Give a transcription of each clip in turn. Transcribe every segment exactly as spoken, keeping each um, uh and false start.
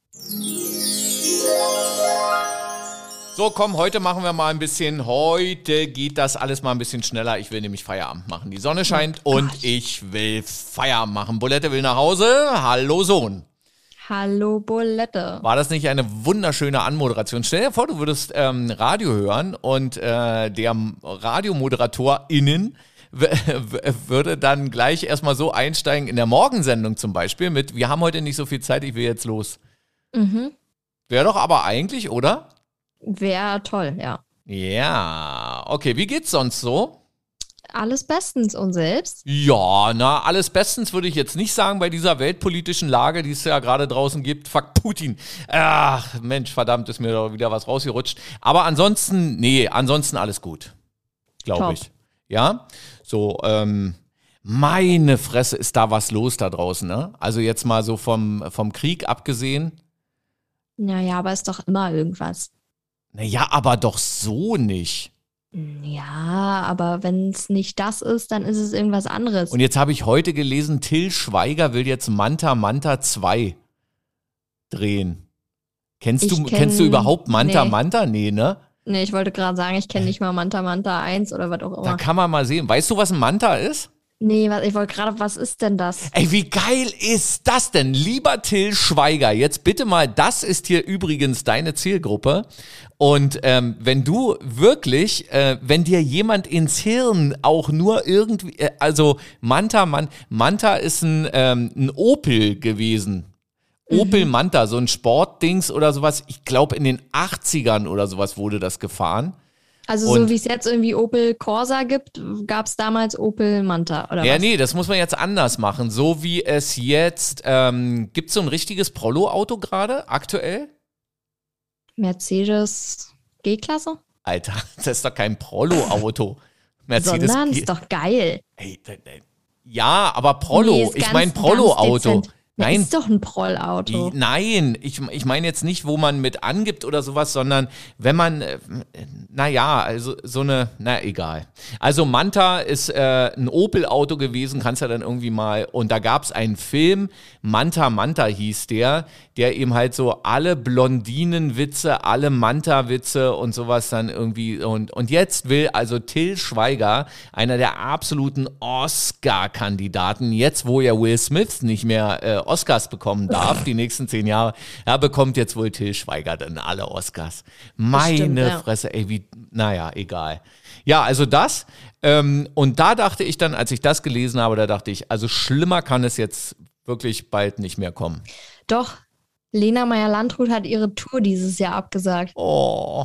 So, komm, heute machen wir mal ein bisschen, heute geht das alles mal ein bisschen schneller. Ich will nämlich Feierabend machen. Die Sonne scheint oh und ich will Feierabend machen. Bolette will nach Hause. Hallo Sohn. Hallo Bolette. War das nicht eine wunderschöne Anmoderation? Stell dir vor, du würdest ähm, Radio hören und äh, der RadiomoderatorInnen w- w- würde dann gleich erstmal so einsteigen in der Morgensendung zum Beispiel mit, wir haben heute nicht so viel Zeit, ich will jetzt los. Mhm. Wäre doch aber eigentlich, oder? Wäre toll, ja. Ja, okay, wie geht's sonst so? Alles bestens und selbst? Ja, na, alles bestens würde ich jetzt nicht sagen bei dieser weltpolitischen Lage, die es ja gerade draußen gibt. Fuck Putin. Ach, Mensch, verdammt, ist mir doch wieder was rausgerutscht. Aber ansonsten, nee, ansonsten alles gut, glaube ich. Ja, so, ähm, meine Fresse, ist da was los da draußen, ne? Also jetzt mal so vom, vom Krieg abgesehen. Naja, aber ist doch immer irgendwas. Naja, aber doch so nicht. Ja, aber wenn es nicht das ist, dann ist es irgendwas anderes. Und jetzt habe ich heute gelesen, Till Schweiger will jetzt Manta Manta zwei drehen. Kennst Ich du, kenn- kennst du überhaupt Manta nee. Manta? Nee, ne? Nee, ich wollte gerade sagen, ich kenne nicht mal Manta Manta eins oder was auch Da immer. kann man mal sehen. Weißt du, was ein Manta ist? Nee, was, ich wollte gerade, was ist denn das? Ey, wie geil ist das denn? Lieber Till Schweiger, jetzt bitte mal, das ist hier übrigens deine Zielgruppe. Und ähm, wenn du wirklich, äh, wenn dir jemand ins Hirn auch nur irgendwie, äh, also Manta, Man, Manta ist ein, ähm, ein Opel gewesen. Opel Manta, so ein Sportdings oder sowas. Ich glaube, in den achtzigern oder sowas wurde das gefahren. Also Und- so wie es jetzt irgendwie Opel Corsa gibt, gab es damals Opel Manta, oder Ja, was? nee, das muss man jetzt anders machen. So wie es jetzt, ähm, gibt es so ein richtiges Prollo-Auto gerade, aktuell? Mercedes G-Klasse? Alter, das ist doch kein Prollo-Auto. Mercedes Sondern, G- ist doch geil. Ey, d- d- ja, aber Prollo, Nee, ist ich ganz- meine ganz Prollo-Auto. dezent. Ja, Nein, ist doch ein Prollauto. I- Nein, ich, ich meine jetzt nicht, wo man mit angibt oder sowas, sondern wenn man, äh, naja, also so eine, na egal. Also Manta ist äh, ein Opel-Auto gewesen, kannst ja dann irgendwie mal, und da gab es einen Film, Manta Manta hieß der, der eben halt so alle Blondinenwitze, alle Manta-Witze und sowas dann irgendwie, und, und jetzt will also Till Schweiger, einer der absoluten Oscar-Kandidaten, jetzt wo ja Will Smith nicht mehr äh, Oscars bekommen darf, die nächsten zehn Jahre, ja, bekommt jetzt wohl Till Schweiger dann alle Oscars. Meine Bestimmt, ja. Fresse, ey, wie, naja, egal. Ja, also das, ähm, und da dachte ich dann, als ich das gelesen habe, da dachte ich, also schlimmer kann es jetzt wirklich bald nicht mehr kommen. Doch, Lena Meyer-Landrut hat ihre Tour dieses Jahr abgesagt. Oh,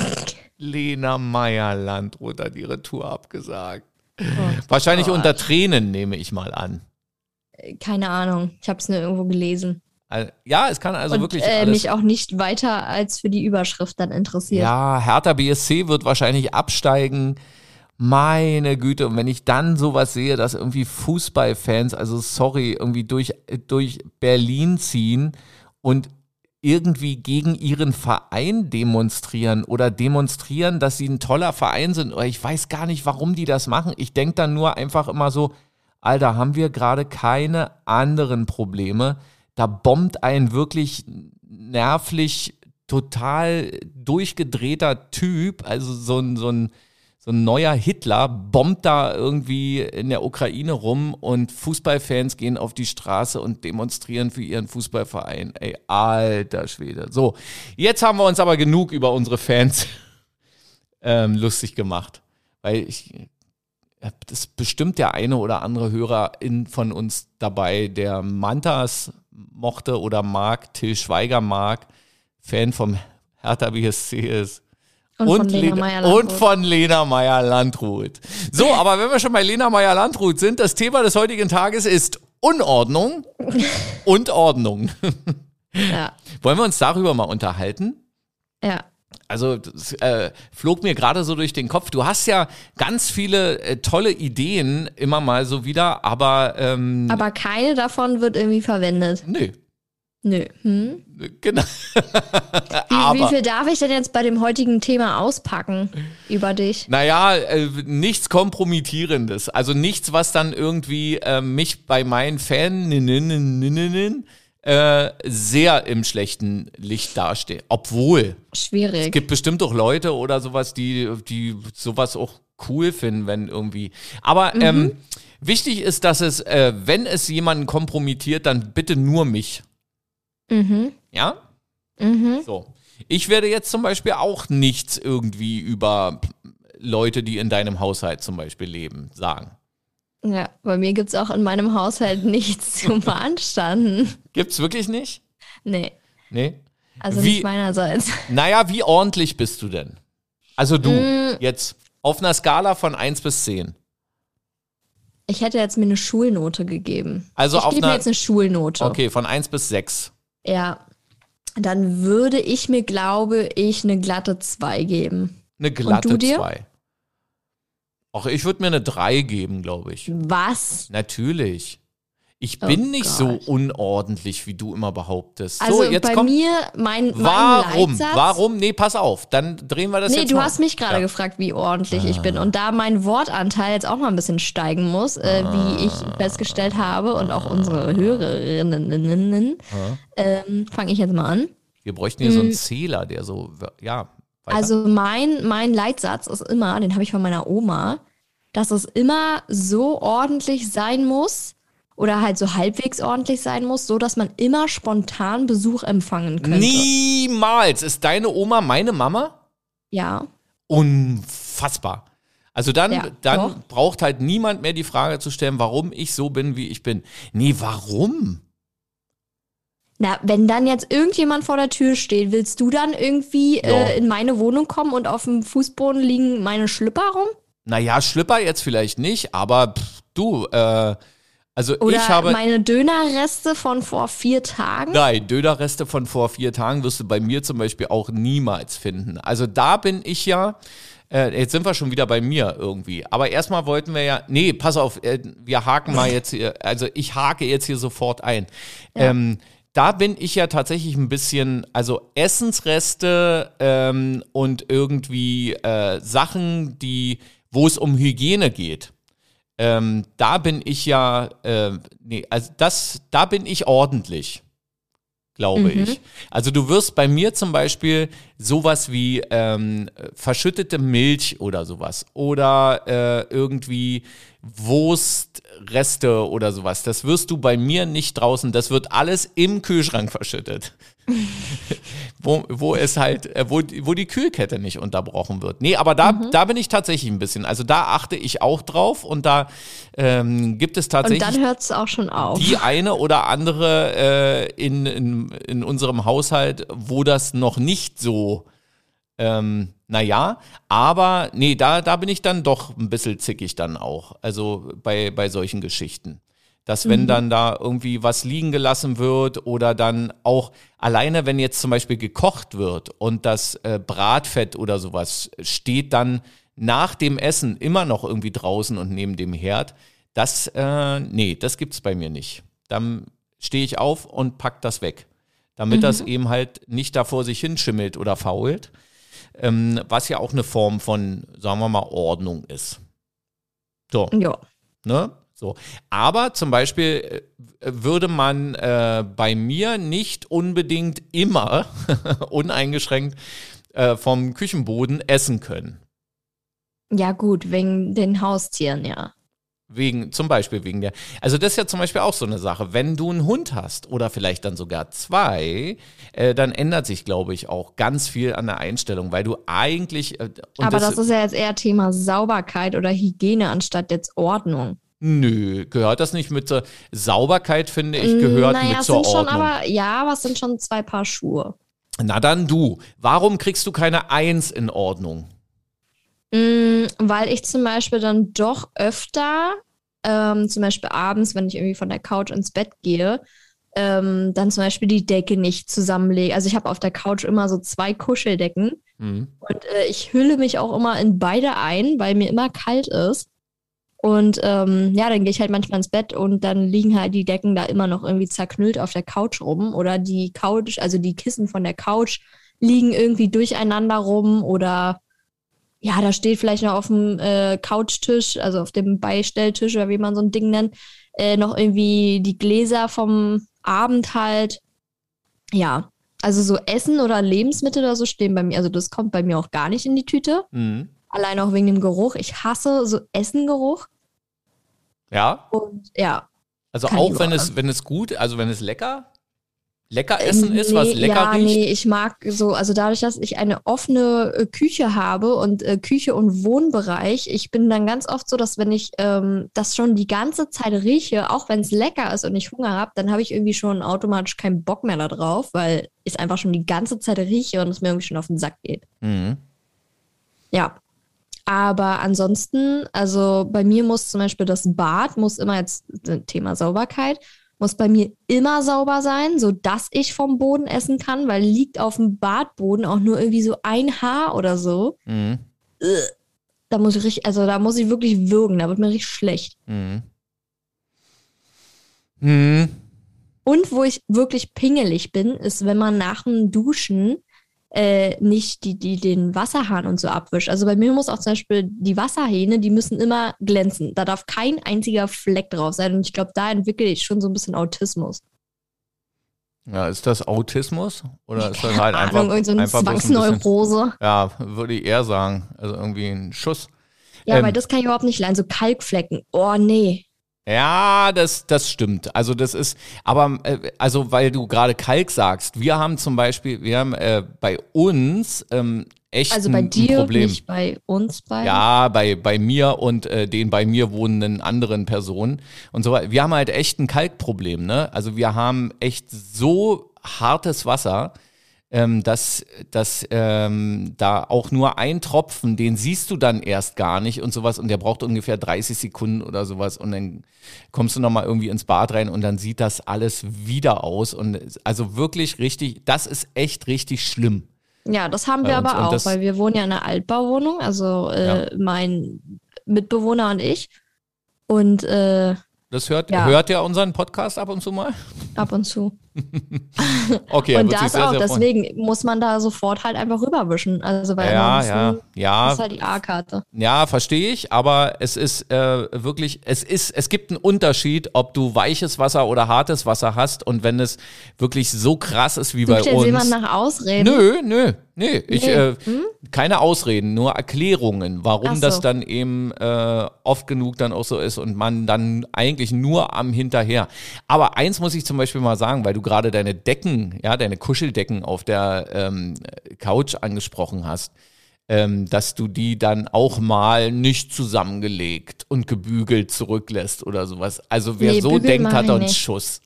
Lena Meyer-Landrut hat ihre Tour abgesagt. Wahrscheinlich Gott. unter Tränen, nehme ich mal an. Keine Ahnung, ich habe es nur irgendwo gelesen. Also, ja, es kann also Und wirklich äh, alles... mich auch nicht weiter als für die Überschrift dann interessiert. Ja, Hertha B S C wird wahrscheinlich absteigen. Meine Güte, und wenn ich dann sowas sehe, dass irgendwie Fußballfans, also sorry, irgendwie durch, durch Berlin ziehen und irgendwie gegen ihren Verein demonstrieren oder demonstrieren, dass sie ein toller Verein sind, oder ich weiß gar nicht, warum die das machen. Ich denke dann nur einfach immer so, Alter, haben wir gerade keine anderen Probleme? Da bombt ein wirklich nervlich total durchgedrehter Typ, also so ein, so ein, so ein neuer Hitler, bombt da irgendwie in der Ukraine rum und Fußballfans gehen auf die Straße und demonstrieren für ihren Fußballverein. Ey, alter Schwede. So, jetzt haben wir uns aber genug über unsere Fans ähm, lustig gemacht, weil ich... Das ist bestimmt der eine oder andere Hörer in, von uns dabei, der Mantas mochte oder mag, Till Schweiger mag, Fan vom Hertha B S C ist. Und, von Lena Meyer-Landrut. Und von Lena Meyer-Landrut. So, aber wenn wir schon bei Lena Meyer-Landrut sind, das Thema des heutigen Tages ist Unordnung und Ordnung. Ja, Wollen wir uns darüber mal unterhalten? ja. Also das äh, flog mir gerade so durch den Kopf. Du hast ja ganz viele äh, tolle Ideen immer mal so wieder, aber ähm, Aber keine davon wird irgendwie verwendet. nö, Nö. Hm? genau. Wie, aber wie viel darf ich denn jetzt bei dem heutigen Thema auspacken über dich? naja, äh, nichts Kompromittierendes. Also nichts, was dann irgendwie äh, mich bei meinen Faninnen äh, sehr im schlechten Licht dastehe. Obwohl, es Schwierig. gibt bestimmt auch Leute oder sowas, die, die sowas auch cool finden, wenn irgendwie. Aber Mhm. ähm, wichtig ist, dass es, äh, wenn es jemanden kompromittiert, dann bitte nur mich. Mhm. Ja? Mhm. So. Ich werde jetzt zum Beispiel auch nichts irgendwie über Leute, die in deinem Haushalt zum Beispiel leben, sagen. Ja, bei mir gibt es auch in meinem Haushalt nichts zu beanstanden. Gibt's wirklich nicht? Nee, Nee? also Wie- nicht meinerseits. Naja, wie ordentlich bist du denn? Also du, Mm. jetzt auf einer Skala von eins bis zehn. Ich hätte jetzt mir eine Schulnote gegeben. Also ich auf gebe mir einer- jetzt eine Schulnote. Okay, von eins bis sechs. Ja, dann würde ich mir, glaube ich, eine glatte zwei geben. Eine glatte du dir? zwei. Ach, ich würde mir eine drei geben, glaube ich. Was? Natürlich. Ich Oh bin nicht Gott. so unordentlich, wie du immer behauptest. Also so, jetzt bei kommt. mir, mein, mein Warum? Leitsatz... Warum? Nee, pass auf. Dann drehen wir das Nee, jetzt du mal. hast mich gerade Ja. gefragt, wie ordentlich ich bin. Und da mein Wortanteil jetzt auch mal ein bisschen steigen muss, äh, wie ich festgestellt habe und auch unsere Hörerinnen, ähm, fange ich jetzt mal an. Wir bräuchten hier so einen Zähler, der so, ja. Weiter. Also mein, mein Leitsatz ist immer, den habe ich von meiner Oma, dass es immer so ordentlich sein muss oder halt so halbwegs ordentlich sein muss, so dass man immer spontan Besuch empfangen könnte. Niemals. Ist deine Oma meine Mama? Ja. Unfassbar. Also dann, Ja, dann doch. braucht halt niemand mehr die Frage zu stellen, warum ich so bin, wie ich bin. Nee, warum? Na, wenn dann jetzt irgendjemand vor der Tür steht, willst du dann irgendwie Ja. äh, in meine Wohnung kommen und auf dem Fußboden liegen meine Schlüpper rum? Naja, Schlüpper jetzt vielleicht nicht, aber pff, du, äh, also Oder ich habe. meine Dönerreste von vor vier Tagen? Nein, Dönerreste von vor vier Tagen wirst du bei mir zum Beispiel auch niemals finden. Also da bin ich ja, äh, jetzt sind wir schon wieder bei mir irgendwie. Aber erstmal wollten wir ja, nee, pass auf, äh, wir haken mal jetzt hier, also ich hake jetzt hier sofort ein. Ja. Ähm, da bin ich ja tatsächlich ein bisschen, also Essensreste ähm, und irgendwie äh, Sachen, die, wo es um Hygiene geht. Ähm, da bin ich ja, äh, nee, also das, da bin ich ordentlich, glaube Mhm. ich. Also du wirst bei mir zum Beispiel sowas wie ähm, verschüttete Milch oder sowas oder äh, irgendwie Wurstreste oder sowas. Das wirst du bei mir nicht draußen. Das wird alles im Kühlschrank verschüttet. wo, wo es halt, äh, wo, wo die Kühlkette nicht unterbrochen wird. Nee, aber da, da bin ich tatsächlich ein bisschen. Also da achte ich auch drauf und da ähm, gibt es Und tatsächlich dann hört es auch schon auf. die eine oder andere äh, in, in, in unserem Haushalt, wo das noch nicht so, ähm, naja, aber nee, da, da bin ich dann doch ein bisschen zickig dann auch. Also bei, bei solchen Geschichten. Dass wenn dann da irgendwie was liegen gelassen wird oder dann auch alleine, wenn jetzt zum Beispiel gekocht wird und das äh, Bratfett oder sowas steht dann nach dem Essen immer noch irgendwie draußen und neben dem Herd, das, äh, nee, das gibt's bei mir nicht. Dann stehe ich auf und pack das weg, damit das eben halt nicht da vor sich hinschimmelt oder fault, ähm, was ja auch eine Form von, sagen wir mal, Ordnung ist. So. Ja. Ne? So. Aber zum Beispiel äh, würde man äh, bei mir nicht unbedingt immer uneingeschränkt äh, vom Küchenboden essen können. Ja, gut, wegen den Haustieren, ja. Wegen, zum Beispiel wegen der, also das ist ja zum Beispiel auch so eine Sache, wenn du einen Hund hast oder vielleicht dann sogar zwei, äh, dann ändert sich, glaube ich, auch ganz viel an der Einstellung, weil du eigentlich, äh, und Aber das, ist ja jetzt eher Thema Sauberkeit oder Hygiene anstatt jetzt Ordnung. Nö, gehört das nicht mit zur Sauberkeit, finde ich, gehört naja, mit es zur sind schon Ordnung. aber, ja, aber es sind schon zwei Paar Schuhe. Na dann du, warum kriegst du keine Eins in Ordnung? Mm, weil ich zum Beispiel dann doch öfter, ähm, zum Beispiel abends, wenn ich irgendwie von der Couch ins Bett gehe, ähm, dann zum Beispiel die Decke nicht zusammenlege. Also ich habe auf der Couch immer so zwei Kuscheldecken Hm. und äh, ich hülle mich auch immer in beide ein, weil mir immer kalt ist. Und ähm, ja, dann gehe ich halt manchmal ins Bett und dann liegen halt die Decken da immer noch irgendwie zerknüllt auf der Couch rum oder die Couch, also die Kissen von der Couch liegen irgendwie durcheinander rum oder ja, da steht vielleicht noch auf dem äh, Couchtisch, also auf dem Beistelltisch oder wie man so ein Ding nennt, äh, noch irgendwie die Gläser vom Abend halt, ja, also so Essen oder Lebensmittel oder so stehen bei mir, also das kommt bei mir auch gar nicht in die Tüte. Mhm. Allein auch wegen dem Geruch. Ich hasse so Essengeruch. Ja? Und ja. Also Kann ich auch wenn überhaupt es, wenn es gut, also wenn es lecker, lecker Äh, Essen ist, was nee, lecker ja, riecht. nee, ich mag so, also dadurch, dass ich eine offene äh, Küche habe und äh, Küche und Wohnbereich, ich bin dann ganz oft so, dass wenn ich ähm, das schon die ganze Zeit rieche, auch wenn es lecker ist und ich Hunger habe, dann habe ich irgendwie schon automatisch keinen Bock mehr da drauf, weil ich es einfach schon die ganze Zeit rieche und es mir irgendwie schon auf den Sack geht. Mhm. Ja. Aber ansonsten, also bei mir muss zum Beispiel das Bad, muss immer jetzt äh, Thema Sauberkeit, muss bei mir immer sauber sein, sodass ich vom Boden essen kann, weil liegt auf dem Badboden auch nur irgendwie so ein Haar oder so. Mhm. Da muss ich richtig, also da muss ich wirklich würgen, da wird mir richtig schlecht. Mhm. Mhm. Und wo ich wirklich pingelig bin, ist, wenn man nach dem Duschen äh, nicht die, die, den Wasserhahn und so abwischt. Also bei mir muss auch zum Beispiel die Wasserhähne, die müssen immer glänzen. Da darf kein einziger Fleck drauf sein. Und ich glaube, da entwickle ich schon so ein bisschen Autismus. Ja, ist das Autismus? Oder ist das Keine halt Ahnung, einfach, irgend so eine einfach bloß ein bisschen, Zwangsneurose. ja, würde ich eher sagen. Also irgendwie ein Schuss. Ja, Ähm, weil das kann ich überhaupt nicht leiden. So Kalkflecken. Oh, nee. Ja, das, das stimmt. Also das ist, aber äh, also weil du gerade Kalk sagst, wir haben zum Beispiel, wir haben äh, bei uns ähm, echt Also bei ein, ein dir, Problem. nicht bei uns beiden. Ja, bei, bei mir und äh, den bei mir wohnenden anderen Personen und so weiter. Wir haben halt echt ein Kalkproblem, ne? Also wir haben echt so hartes Wasser, ähm, dass, dass ähm, da auch nur ein Tropfen, den siehst du dann erst gar nicht und sowas und der braucht ungefähr dreißig Sekunden oder sowas und dann kommst du nochmal irgendwie ins Bad rein und dann sieht das alles wieder aus und also wirklich richtig, das ist echt richtig schlimm. Ja, das haben Bei wir uns. aber Und auch, das- weil wir wohnen ja in einer Altbauwohnung, also äh, mein Mitbewohner und ich. Und äh, Das hört, Ja. hört ihr unseren Podcast ab und zu mal? ab und zu. Okay, er und wird sich das sehr, auch, sehr freuen. deswegen muss man da sofort halt einfach rüberwischen. Also weil Ja, ansonsten ja, ja. ist halt die A-Karte. Ja, verstehe ich, aber es ist äh, wirklich, es ist, es gibt einen Unterschied, ob du weiches Wasser oder hartes Wasser hast und wenn es wirklich so krass ist wie bei Sucht jetzt uns. jemand nach Ausreden? Nö, nö, nö. Ich, Nee. äh, Hm? keine Ausreden, nur Erklärungen, warum Ach so. das dann eben äh, oft genug dann auch so ist und man dann eigentlich nur am Hinterher. Aber eins muss ich zum Beispiel mal sagen, weil du gerade deine Decken, ja, deine Kuscheldecken auf der ähm, Couch angesprochen hast, ähm, dass du die dann auch mal nicht zusammengelegt und gebügelt zurücklässt oder sowas. Also wer Nee, so bügeln denkt, mach hat ich doch einen nicht. Schuss.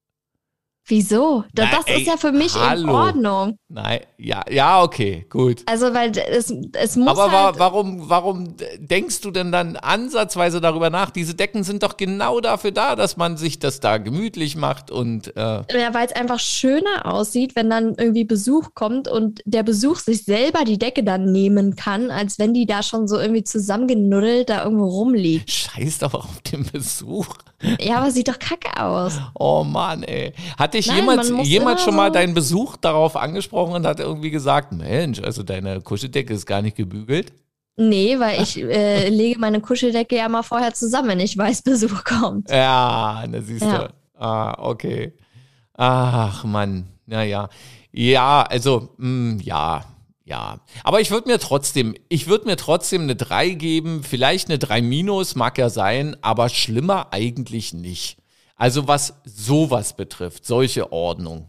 Wieso? Da, Na, das ey, ist ja für mich in hallo. Ordnung. Nein, ja, ja, okay, gut. Also weil es, es muss Aber halt... wa warum, warum denkst du denn dann ansatzweise darüber nach? Diese Decken sind doch genau dafür da, dass man sich das da gemütlich macht und äh, Ja, weil es einfach schöner aussieht, wenn dann irgendwie Besuch kommt und der Besuch sich selber die Decke dann nehmen kann, als wenn die da schon so irgendwie zusammengenuddelt da irgendwo rumliegt. scheiß doch auf den Besuch. Ja, aber sieht doch kacke aus. Oh Mann, ey. Hat dich Nein, jemand, man muss jemand immer schon mal so- deinen Besuch darauf angesprochen und hat irgendwie gesagt, Mensch, also deine Kuscheldecke ist gar nicht gebügelt? Nee, weil ich äh, lege meine Kuscheldecke ja mal vorher zusammen, wenn ich weiß, Besuch kommt. Ja, da siehst Ja. du. Ah, okay. Ach, Mann. Naja. Ja, also, mh, ja, ja. Aber ich würde mir trotzdem, ich würde mir trotzdem eine drei geben, vielleicht eine drei minus, mag ja sein, aber schlimmer eigentlich nicht. Also was sowas betrifft, solche Ordnung.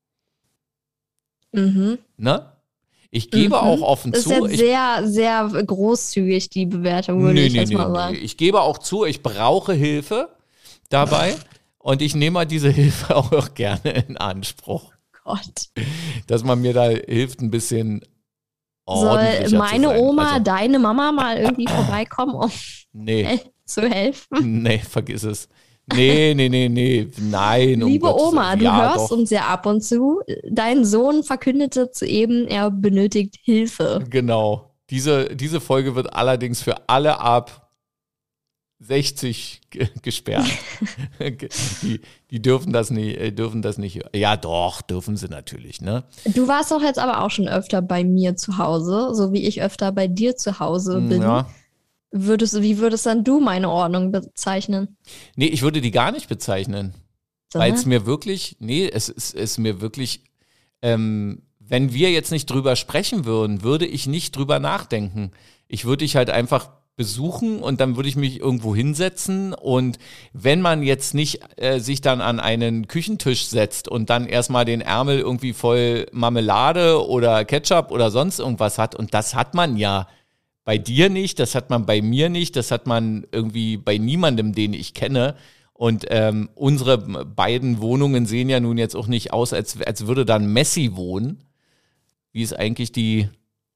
Mhm. Ne? Ich gebe Mhm. auch offen Das ist zu, jetzt ich, sehr, sehr großzügig, die Bewertung, würde nee, ich nee, jetzt nee, mal nee. sagen. Ich gebe auch zu, ich brauche Hilfe dabei und ich nehme halt diese Hilfe auch gerne in Anspruch, Gott. dass man mir da hilft, ein bisschen Soll ordentlicher meine zu sein. Oma, Also, deine Mama mal irgendwie vorbeikommen, um nee, zu helfen? nee, vergiss es. Nee, nee, nee, nee, nein. um Liebe Gottes Oma, Willen. du Ja, hörst doch. uns ja ab und zu. Dein Sohn verkündete soeben, er benötigt Hilfe. Genau. Diese, diese Folge wird allerdings für alle ab sechzig ge- gesperrt. die, die dürfen das nicht, äh, dürfen das nicht. Ja, doch, dürfen sie natürlich, ne? Du warst doch jetzt aber auch schon öfter bei mir zu Hause, so wie ich öfter bei dir zu Hause bin. Ja. Würdest, wie würdest dann du meine Ordnung bezeichnen? Nee, ich würde die gar nicht bezeichnen. Weil es mir wirklich, nee, es ist, ist mir wirklich, ähm, wenn wir jetzt nicht drüber sprechen würden, würde ich nicht drüber nachdenken. Ich würde dich halt einfach besuchen und dann würde ich mich irgendwo hinsetzen und wenn man jetzt nicht äh, sich dann an einen Küchentisch setzt und dann erstmal den Ärmel irgendwie voll Marmelade oder Ketchup oder sonst irgendwas hat und das hat man ja bei dir nicht, das hat man bei mir nicht, das hat man irgendwie bei niemandem, den ich kenne und ähm, unsere beiden Wohnungen sehen ja nun jetzt auch nicht aus, als, als würde dann Messi wohnen. Wie ist eigentlich die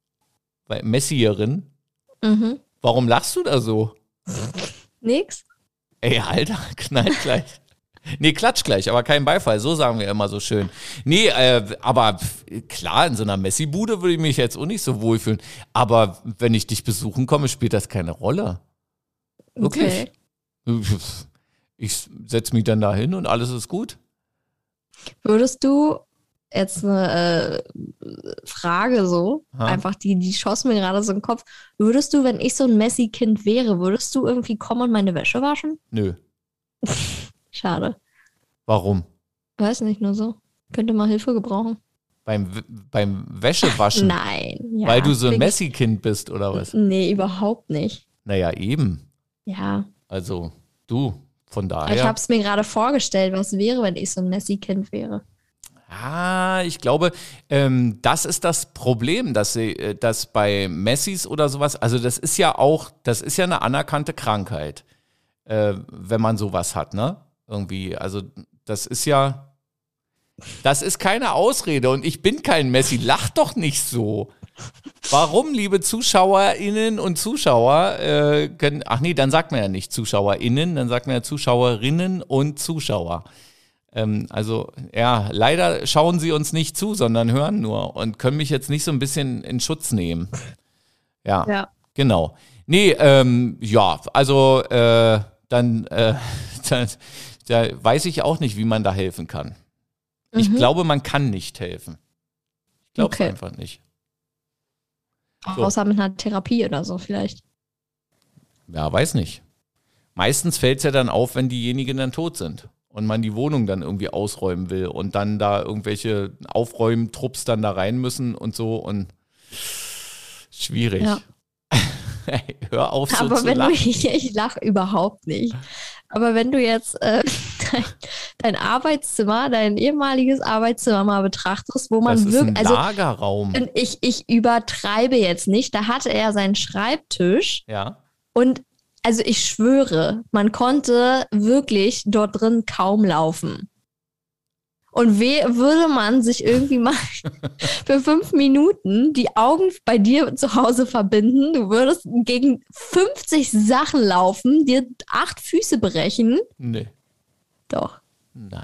Messierin? Mhm. Warum lachst du da so? Nix. Ey, Alter, knallt gleich. Nee, klatsch gleich, aber kein Beifall, so sagen wir immer so schön. Nee, äh, aber klar, in so einer Messi-Bude würde ich mich jetzt auch nicht so wohlfühlen. Aber wenn ich dich besuchen komme, spielt das keine Rolle. Wirklich. Okay. Ich setze mich dann da hin und alles ist gut. Würdest du jetzt eine äh, Frage so, ha? einfach die, die schoss mir gerade so in den Kopf. Würdest du, wenn ich so ein Messi-Kind wäre, würdest du irgendwie kommen und meine Wäsche waschen? Nö. Schade. Warum? Weiß nicht, nur so. Könnte mal Hilfe gebrauchen. Beim, beim Wäschewaschen? Nein. Ja, weil du so ein Messi-Kind bist, oder was? Nee, überhaupt nicht. Naja, eben. Ja. Also, du, von daher. Ich habe es mir gerade vorgestellt, was wäre, wenn ich so ein Messi-Kind wäre. Ah, ich glaube, ähm, das ist das Problem, dass sie, äh, dass bei Messis oder sowas, also das ist ja auch, das ist ja eine anerkannte Krankheit, äh, wenn man sowas hat, ne? Irgendwie, also das ist ja, das ist keine Ausrede und ich bin kein Messi, lach doch nicht so. Warum, liebe ZuschauerInnen und Zuschauer, äh, können, ach nee, dann sagt man ja nicht ZuschauerInnen, dann sagt man ja Zuschauerinnen und Zuschauer. Ähm, also ja, leider schauen sie uns nicht zu, sondern hören nur und können mich jetzt nicht so ein bisschen in Schutz nehmen. Ja, ja. Genau. Nee, ähm, ja, also äh, dann, äh, da, da weiß ich auch nicht, wie man da helfen kann. Mhm. Ich glaube, man kann nicht helfen. Ich glaube es okay. einfach nicht. So. Außer mit einer Therapie oder so vielleicht. Ja, weiß nicht. Meistens fällt es ja dann auf, wenn diejenigen dann tot sind. Und man die Wohnung dann irgendwie ausräumen will und dann da irgendwelche Aufräumtrupps dann da rein müssen und so und schwierig. Ja. Hey, hör auf so Aber zu wenn lachen. Du, ich, ich lache überhaupt nicht. Aber wenn du jetzt äh, dein, dein Arbeitszimmer, dein ehemaliges Arbeitszimmer mal betrachtest, wo man das ist wirklich, ein Lagerraum. Also, ich, ich übertreibe jetzt nicht, da hatte er seinen Schreibtisch ja. und also ich schwöre, man konnte wirklich dort drin kaum laufen. Und weh, würde man sich irgendwie mal für fünf Minuten die Augen bei dir zu Hause verbinden, du würdest gegen fünfzig Sachen laufen, dir acht Füße brechen. Nee. Doch. Nein.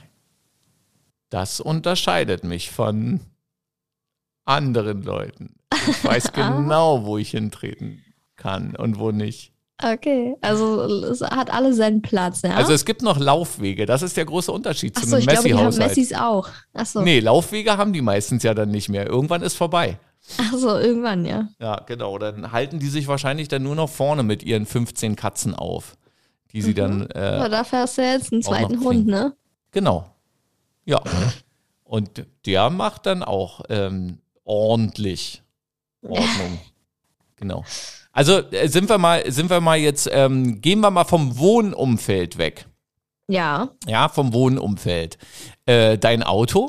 Das unterscheidet mich von anderen Leuten. Ich weiß genau, wo ich hintreten kann und wo nicht. Okay, also es hat alle seinen Platz, ja? Also es gibt noch Laufwege, das ist der große Unterschied Achso, zu einem Messi-Haushalt. Ich glaube, die haben Messis auch. Achso. Nee, Laufwege haben die meistens ja dann nicht mehr. Irgendwann ist vorbei. Achso, irgendwann, ja. Ja, genau. Dann halten die sich wahrscheinlich dann nur noch vorne mit ihren fünfzehn Katzen auf, die sie mhm. dann äh, Aber dafür hast du ja jetzt einen zweiten Hund, ne? Genau. Ja. Und der macht dann auch ähm, ordentlich Ordnung. Genau. Also äh, sind wir mal, sind wir mal jetzt, ähm, gehen wir mal vom Wohnumfeld weg. Ja. Ja, vom Wohnumfeld. Äh, dein Auto?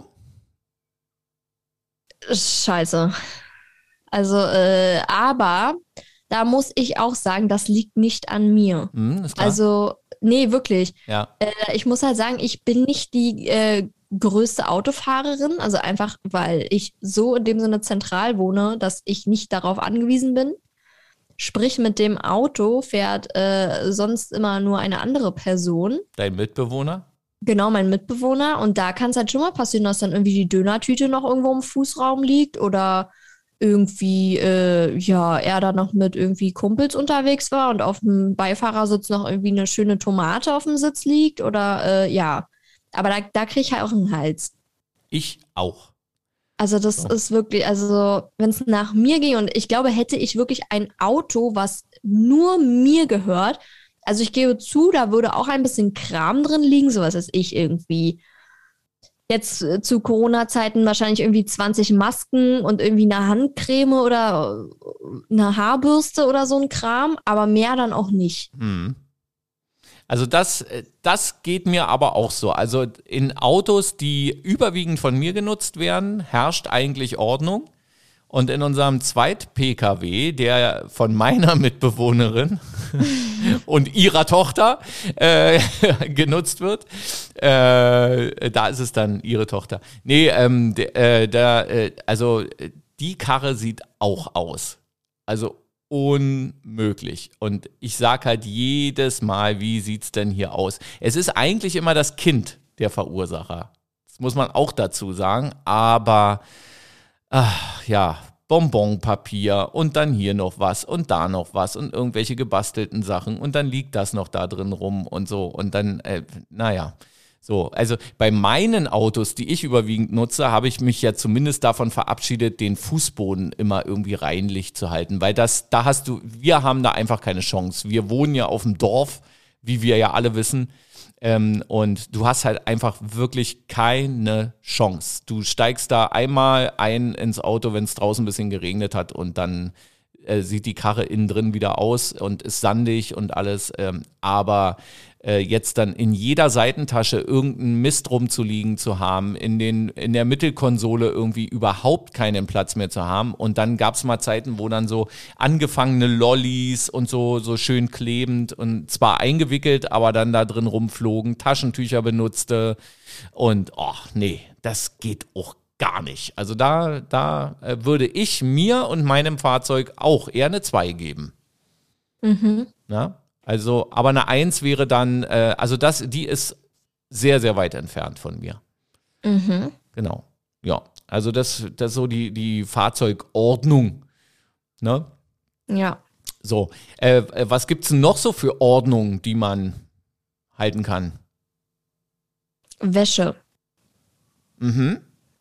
Scheiße. Also, äh, aber da muss ich auch sagen, das liegt nicht an mir. Hm, ist klar. Also, nee, wirklich. Ja. Äh, ich muss halt sagen, ich bin nicht die äh, größte Autofahrerin, also einfach, weil ich so in dem Sinne zentral wohne, dass ich nicht darauf angewiesen bin. Sprich, mit dem Auto fährt äh, sonst immer nur eine andere Person. Dein Mitbewohner? Genau, mein Mitbewohner. Und da kann es halt schon mal passieren, dass dann irgendwie die Dönertüte noch irgendwo im Fußraum liegt oder irgendwie, äh, ja, er da noch mit irgendwie Kumpels unterwegs war und auf dem Beifahrersitz noch irgendwie eine schöne Tomate auf dem Sitz liegt oder, äh, ja. Aber da, da kriege ich halt auch einen Hals. Ich auch. Also das so. ist wirklich, also wenn es nach mir ging und ich glaube, hätte ich wirklich ein Auto, was nur mir gehört, Also ich gebe zu, da würde auch ein bisschen Kram drin liegen, sowas als ich irgendwie. Jetzt äh, zu Corona-Zeiten wahrscheinlich irgendwie zwanzig Masken und irgendwie eine Handcreme oder äh, eine Haarbürste oder so ein Kram, aber mehr dann auch nicht. Hm. Also das, das geht mir aber auch so. Also in Autos, die überwiegend von mir genutzt werden, herrscht eigentlich Ordnung. Und in unserem Zweit-P K W, der von meiner Mitbewohnerin und ihrer Tochter äh, genutzt wird, äh, da ist es dann ihre Tochter. Nee, ähm, de, äh, da, äh, also die Karre sieht auch aus. Also unmöglich. Und ich sag halt jedes Mal, wie sieht's denn hier aus? Es ist eigentlich immer das Kind der Verursacher. Das muss man auch dazu sagen. Aber ach, ja, Bonbonpapier und dann hier noch was und da noch was und irgendwelche gebastelten Sachen und dann liegt das noch da drin rum und so und dann, äh, naja. So, also bei meinen Autos, die ich überwiegend nutze, habe ich mich ja zumindest davon verabschiedet, den Fußboden immer irgendwie reinlich zu halten, weil das, da hast du, wir haben da einfach keine Chance. Wir wohnen ja auf dem Dorf, wie wir ja alle wissen, ähm, und du hast halt einfach wirklich keine Chance. Du steigst da einmal ein ins Auto, wenn es draußen ein bisschen geregnet hat und dann äh, sieht die Karre innen drin wieder aus und ist sandig und alles, ähm, aber äh, jetzt dann in jeder Seitentasche irgendeinen Mist rumzuliegen zu haben, in, den, in der Mittelkonsole irgendwie überhaupt keinen Platz mehr zu haben und dann gab es mal Zeiten, wo dann so angefangene Lollis und so, so schön klebend und zwar eingewickelt, aber dann da drin rumflogen, Taschentücher benutzte und ach nee, das geht auch gar nicht. Also da, da äh, würde ich mir und meinem Fahrzeug auch eher eine zwei geben. Mhm. Ja? Also, aber eine eins wäre dann, äh, also das, die ist sehr, sehr weit entfernt von mir. Mhm. Genau. Ja, also das, das ist so die, die Fahrzeugordnung. Ne? Ja. So, äh, was gibt's denn noch so für Ordnung, die man halten kann? Wäsche. Mhm.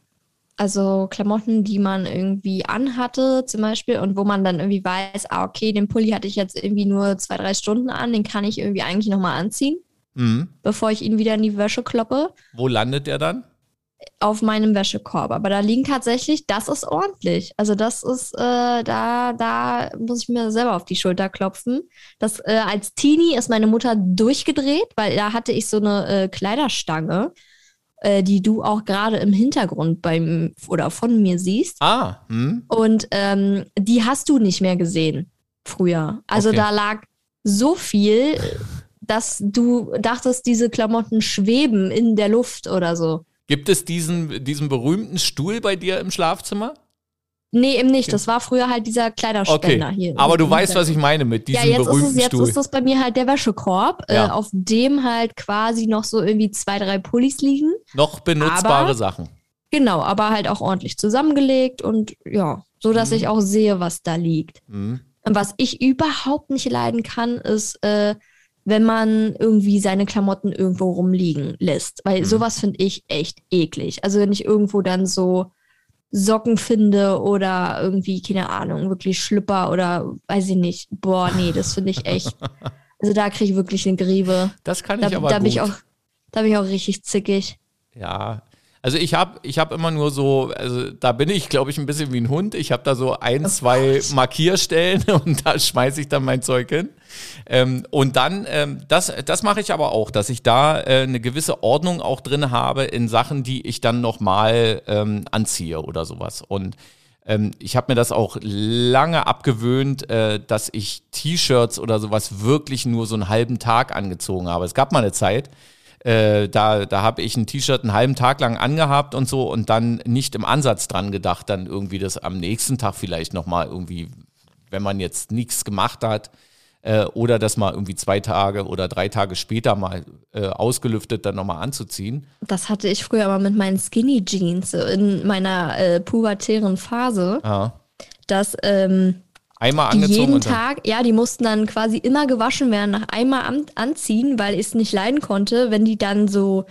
Also Klamotten, die man irgendwie anhatte zum Beispiel und wo man dann irgendwie weiß, ah okay, den Pulli hatte ich jetzt irgendwie nur zwei, drei Stunden an, den kann ich irgendwie eigentlich nochmal anziehen, Mhm. bevor ich ihn wieder in die Wäsche kloppe. Wo landet der dann? Auf meinem Wäschekorb. Aber da liegen tatsächlich, das ist ordentlich. Also das ist, äh, da, da muss ich mir selber auf die Schulter klopfen. Das, äh, als Teenie ist meine Mutter durchgedreht, weil da hatte ich so eine äh, Kleiderstange, äh, die du auch gerade im Hintergrund beim oder von mir siehst. Ah, hm. Und ähm, die hast du nicht mehr gesehen früher. Also Okay. da lag so viel, dass du dachtest, diese Klamotten schweben in der Luft oder so. Gibt es diesen, diesen berühmten Stuhl bei dir im Schlafzimmer? Nee, eben nicht. Das war früher halt dieser Kleiderständer Okay, hier. aber du weißt, was ich meine mit Ja, diesem jetzt ist, berühmten es, jetzt Stuhl. ist das bei mir halt der Wäschekorb, Ja. äh, auf dem halt quasi noch so irgendwie zwei, drei Pullis liegen. Noch benutzbare Aber- Sachen. Genau, aber halt auch ordentlich zusammengelegt und ja, so dass Mhm. ich auch sehe, was da liegt. Mhm. Und was ich überhaupt nicht leiden kann, ist, äh, wenn man irgendwie seine Klamotten irgendwo rumliegen lässt. Weil Mhm. sowas finde ich echt eklig. Also wenn ich irgendwo dann so Socken finde oder irgendwie, keine Ahnung, wirklich Schlüpper oder weiß ich nicht. Boah, nee, das finde ich echt. Also da kriege ich wirklich eine Griebe. Das kann Da, ich aber da gut. bin ich auch, da bin ich auch richtig zickig. Ja, also ich habe ich hab immer nur so, also da bin ich, glaube ich, ein bisschen wie ein Hund. Ich habe da so ein, Oh zwei Gott. Markierstellen und da schmeiße ich dann mein Zeug hin. Ähm, und dann, ähm, das, das mache ich aber auch, dass ich da äh, eine gewisse Ordnung auch drin habe in Sachen, die ich dann nochmal ähm, anziehe oder sowas. Und ähm, ich habe mir das auch lange abgewöhnt, äh, dass ich T-Shirts oder sowas wirklich nur so einen halben Tag angezogen habe. Es gab mal eine Zeit, Äh, da, da habe ich ein T-Shirt einen halben Tag lang angehabt und so und dann nicht im Ansatz dran gedacht, dann irgendwie das am nächsten Tag vielleicht nochmal irgendwie, wenn man jetzt nichts gemacht hat äh, oder das mal irgendwie zwei Tage oder drei Tage später mal äh, ausgelüftet dann nochmal anzuziehen. Das hatte ich früher aber mit meinen Skinny Jeans so in meiner äh, pubertären Phase, Ja. dass ähm, Einmal die angezogen jeden und dann, Tag, ja, die mussten dann quasi immer gewaschen werden, nach einmal an, anziehen, weil ich es nicht leiden konnte, wenn die dann so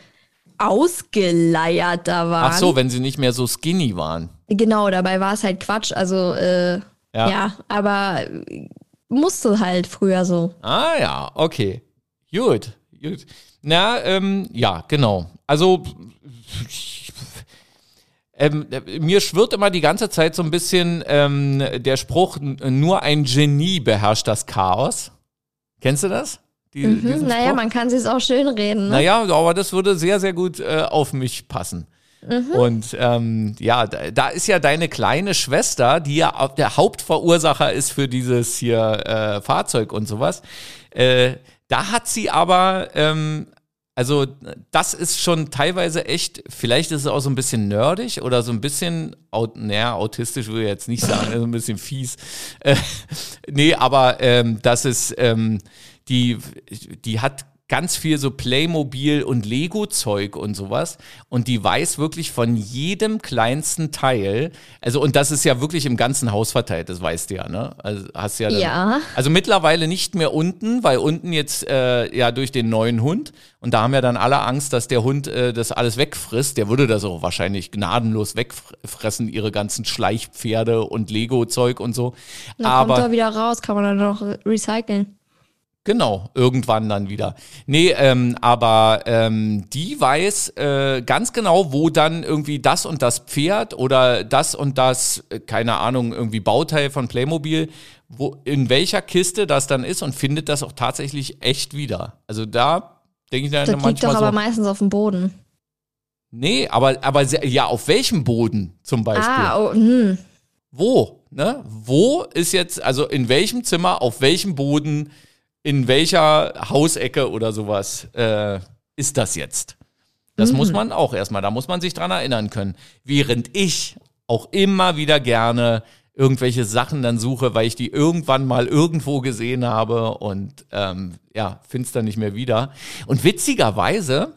ausgeleiert da waren. ach so, wenn sie nicht mehr so skinny waren. Genau, dabei war es halt Quatsch. Also, äh, Ja. ja. aber musste halt früher so. Ah ja, okay. Gut, gut. Na, ähm, ja, genau. Also, ähm, mir schwirrt immer die ganze Zeit so ein bisschen ähm, der Spruch, nur ein Genie beherrscht das Chaos. Kennst du das? Die, Mhm, naja, man kann sich auch schön reden. Ne? Naja, aber das würde sehr, sehr gut äh, auf mich passen. Mhm. Und ähm, ja, da, da ist ja deine kleine Schwester, die ja der Hauptverursacher ist für dieses hier äh, Fahrzeug und sowas. Äh, da hat sie aber, ähm, also das ist schon teilweise echt, vielleicht ist es auch so ein bisschen nerdig oder so ein bisschen, naja, autistisch würde ich jetzt nicht sagen, so ein bisschen fies. Äh, nee, aber ähm, das ist, ähm, die, die hat ganz viel so Playmobil und Lego-Zeug und sowas. Und die weiß wirklich von jedem kleinsten Teil, also und das ist ja wirklich im ganzen Haus verteilt, das weißt du ja, ne? Also hast ja, dann, ja. Also mittlerweile nicht mehr unten, weil unten jetzt äh, ja durch den neuen Hund und da haben ja dann alle Angst, dass der Hund äh, das alles wegfrisst. Der würde das auch wahrscheinlich gnadenlos wegfressen, ihre ganzen Schleichpferde und Lego-Zeug und so. Dann Aber kommt er wieder raus, kann man dann noch recyceln. Genau, irgendwann dann wieder. Nee, ähm, aber ähm, die weiß äh, ganz genau, wo dann irgendwie das und das Pferd oder das und das, äh, keine Ahnung, irgendwie Bauteil von Playmobil, wo in welcher Kiste das dann ist und findet das auch tatsächlich echt wieder. Also da denke ich dann das manchmal liegt doch so, aber meistens auf dem Boden. Nee, aber, aber sehr, ja, auf welchem Boden zum Beispiel? Ah, oh, hm. Wo, ne? Wo ist jetzt, also in welchem Zimmer, auf welchem Boden, in welcher Hausecke oder sowas äh, ist das jetzt? Das mhm. muss man auch erstmal, da muss man sich dran erinnern können. Während ich auch immer wieder gerne irgendwelche Sachen dann suche, weil ich die irgendwann mal irgendwo gesehen habe und ähm, ja, find's dann nicht mehr wieder. Und witzigerweise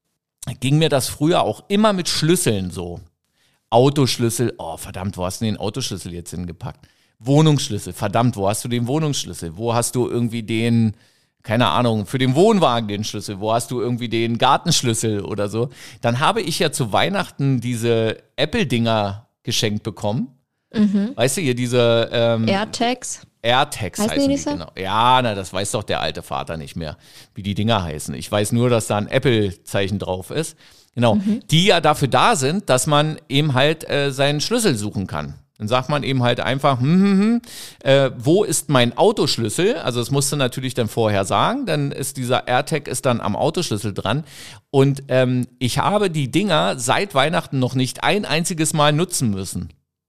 ging mir das früher auch immer mit Schlüsseln so. Autoschlüssel, oh verdammt, wo hast du den Autoschlüssel jetzt hingepackt? Wohnungsschlüssel, verdammt, wo hast du den Wohnungsschlüssel? Wo hast du irgendwie den, keine Ahnung, für den Wohnwagen den Schlüssel? Wo hast du irgendwie den Gartenschlüssel oder so? Dann habe ich ja zu Weihnachten diese Apple-Dinger geschenkt bekommen. Mhm. Weißt du, hier diese ähm, AirTags. AirTags heißen, heißen die, die genau. Ja, na, das weiß doch der alte Vater nicht mehr, wie die Dinger heißen. Ich weiß nur, dass da ein Apple-Zeichen drauf ist. Genau, mhm. die ja dafür da sind, dass man eben halt äh, seinen Schlüssel suchen kann. Dann sagt man eben halt einfach, hm, hm, hm, äh, wo ist mein Autoschlüssel? Also das musst du natürlich dann vorher sagen, dann ist dieser AirTag ist dann am Autoschlüssel dran. Und ähm, ich habe die Dinger seit Weihnachten noch nicht ein einziges Mal nutzen müssen.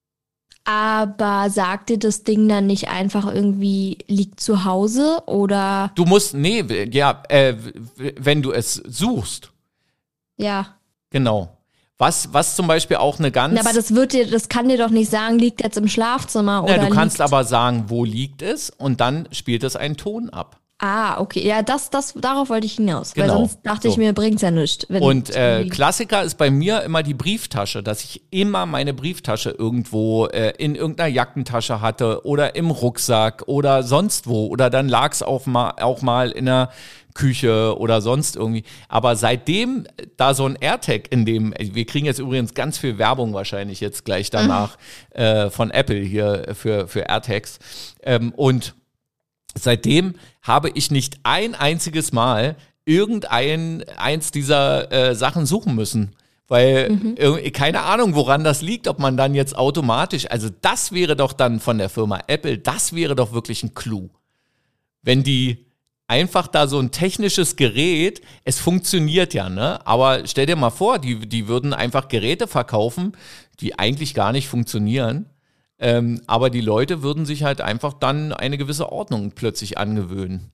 Aber sagt dir das Ding dann nicht einfach irgendwie, liegt zu Hause oder? Du musst, nee, ja, äh, wenn du es suchst. Ja. Genau. Was, was zum Beispiel auch eine ganz... Na, aber das wird dir, das kann dir doch nicht sagen, liegt jetzt im Schlafzimmer na, oder du kannst liegt... aber sagen, wo liegt es und dann spielt es einen Ton ab. Ah, okay. Ja, das, das, darauf wollte ich hinaus. Genau. Weil sonst dachte so. ich mir, bringt's ja nichts. Und äh, Klassiker ist bei mir immer die Brieftasche, dass ich immer meine Brieftasche irgendwo äh, in irgendeiner Jackentasche hatte oder im Rucksack oder sonst wo. Oder dann lag es auch mal, auch mal in der Küche oder sonst irgendwie. Aber seitdem da so ein AirTag in dem, wir kriegen jetzt übrigens ganz viel Werbung wahrscheinlich jetzt gleich danach mhm. äh, von Apple hier für, für AirTags. Ähm, und seitdem habe ich nicht ein einziges Mal irgendein eins dieser äh, Sachen suchen müssen. Weil mhm. äh, keine Ahnung, woran das liegt, ob man dann jetzt automatisch, also das wäre doch dann von der Firma Apple, das wäre doch wirklich ein Clou. Wenn die einfach da so ein technisches Gerät, es funktioniert ja, ne? Aber stell dir mal vor, die, die würden einfach Geräte verkaufen, die eigentlich gar nicht funktionieren. Ähm, aber die Leute würden sich halt einfach dann eine gewisse Ordnung plötzlich angewöhnen.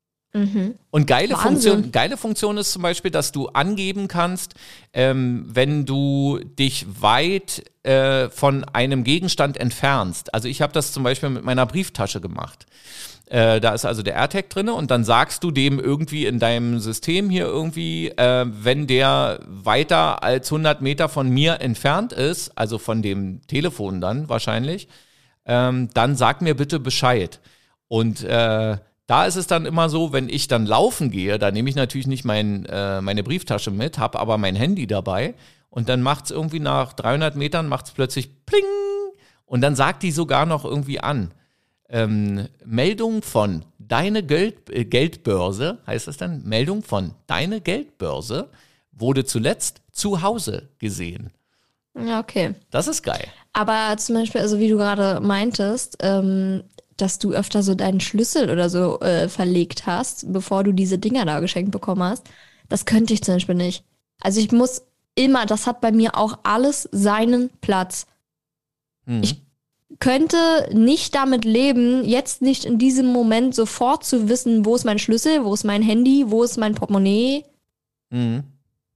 Mhm. Und geile Funktion, geile Funktion ist zum Beispiel, dass du angeben kannst, ähm, wenn du dich weit äh, von einem Gegenstand entfernst. Also ich habe das zum Beispiel mit meiner Brieftasche gemacht. Äh, da ist also der AirTag drin und dann sagst du dem irgendwie in deinem System hier irgendwie, äh, wenn der weiter als hundert Meter von mir entfernt ist, also von dem Telefon dann wahrscheinlich, ähm, dann sag mir bitte Bescheid. Und äh, da ist es dann immer so, wenn ich dann laufen gehe, da nehme ich natürlich nicht mein, äh, meine Brieftasche mit, habe aber mein Handy dabei und dann macht es irgendwie nach dreihundert Metern, macht es plötzlich pling und dann sagt die sogar noch irgendwie an. ähm, Meldung von deine Geld, äh, Geldbörse, heißt das dann? Meldung von deine Geldbörse wurde zuletzt zu Hause gesehen. Ja, okay. Das ist geil. Aber zum Beispiel, also wie du gerade meintest, ähm, dass du öfter so deinen Schlüssel oder so äh, verlegt hast, bevor du diese Dinger da geschenkt bekommen hast, das könnte ich zum Beispiel nicht. Also ich muss immer, das hat bei mir auch alles seinen Platz. Mhm. Ich könnte nicht damit leben, jetzt nicht in diesem Moment sofort zu wissen, wo ist mein Schlüssel, wo ist mein Handy, wo ist mein Portemonnaie. Mhm.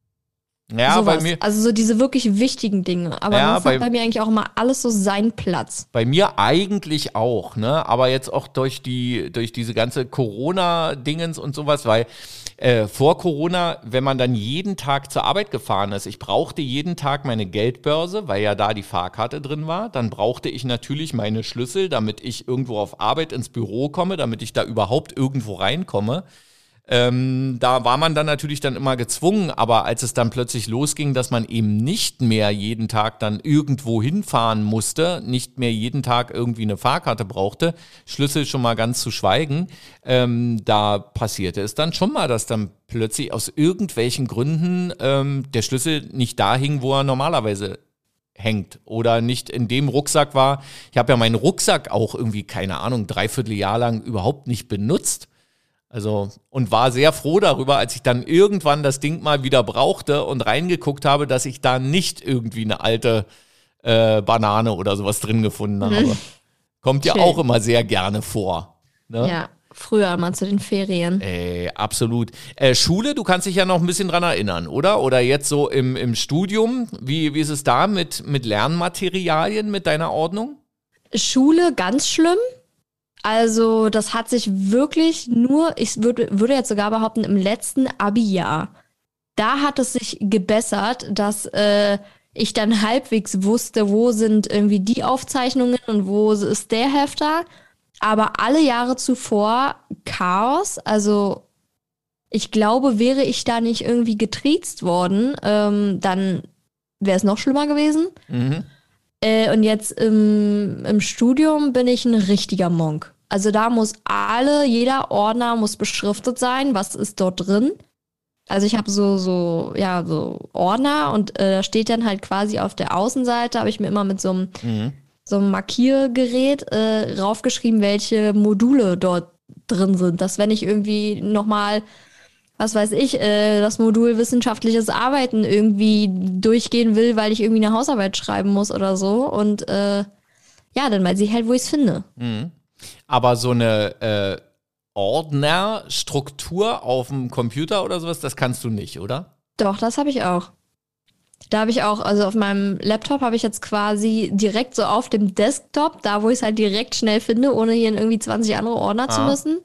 Ja, Sowas. bei mir. Also so diese wirklich wichtigen Dinge. Aber Ja, das bei, hat bei mir eigentlich auch immer alles so seinen Platz. Bei mir eigentlich auch, ne? Aber jetzt auch durch die, durch diese ganze Corona-Dingens und sowas, weil äh, vor Corona, wenn man dann jeden Tag zur Arbeit gefahren ist, ich brauchte jeden Tag meine Geldbörse, weil ja da die Fahrkarte drin war. Dann brauchte ich natürlich meine Schlüssel, damit ich irgendwo auf Arbeit ins Büro komme, damit ich da überhaupt irgendwo reinkomme. Ähm, da war man dann natürlich dann immer gezwungen, aber als es dann plötzlich losging, dass man eben nicht mehr jeden Tag dann irgendwo hinfahren musste, nicht mehr jeden Tag irgendwie eine Fahrkarte brauchte, Schlüssel schon mal ganz zu schweigen, ähm, da passierte es dann schon mal, dass dann plötzlich aus irgendwelchen Gründen ähm, der Schlüssel nicht da hing, wo er normalerweise hängt oder nicht in dem Rucksack war. Ich habe ja meinen Rucksack auch irgendwie, keine Ahnung, dreiviertel Jahr lang überhaupt nicht benutzt. Also, und war sehr froh darüber, als ich dann irgendwann das Ding mal wieder brauchte und reingeguckt habe, dass ich da nicht irgendwie eine alte äh, Banane oder sowas drin gefunden habe. Mhm. Kommt ja Schön. Auch immer sehr gerne vor. Ne? Ja, früher mal zu den Ferien. Ey, absolut. Äh, Schule, du kannst dich ja noch ein bisschen dran erinnern, oder? Oder jetzt so im, im Studium, wie, wie ist es da mit, mit Lernmaterialien, mit deiner Ordnung? Schule, ganz schlimm. Also das hat sich wirklich nur, ich würde, würde jetzt sogar behaupten, im letzten Abi-Jahr, da hat es sich gebessert, dass äh, ich dann halbwegs wusste, wo sind irgendwie die Aufzeichnungen und wo ist der Hefter. Aber alle Jahre zuvor Chaos. Also ich glaube, wäre ich da nicht irgendwie getriezt worden, ähm, dann wäre es noch schlimmer gewesen. Mhm. Äh, und jetzt im, im Studium bin ich ein richtiger Monk. Also da muss alle, jeder Ordner muss beschriftet sein, was ist dort drin. Also ich habe so, so, ja, so Ordner und äh, da steht dann halt quasi auf der Außenseite, habe ich mir immer mit so einem, mhm. so einem Markiergerät äh, raufgeschrieben, welche Module dort drin sind. Dass wenn ich irgendwie nochmal, was weiß ich, äh, das Modul wissenschaftliches Arbeiten irgendwie durchgehen will, weil ich irgendwie eine Hausarbeit schreiben muss oder so. Und äh, ja, dann weiß ich halt, wo ich es finde. Mhm. Aber so eine äh, Ordnerstruktur auf dem Computer oder sowas, das kannst du nicht, oder? Doch, das habe ich auch. Da habe ich auch, also auf meinem Laptop habe ich jetzt quasi direkt so auf dem Desktop, da wo ich es halt direkt schnell finde, ohne hier in irgendwie zwanzig andere Ordner ah. zu müssen,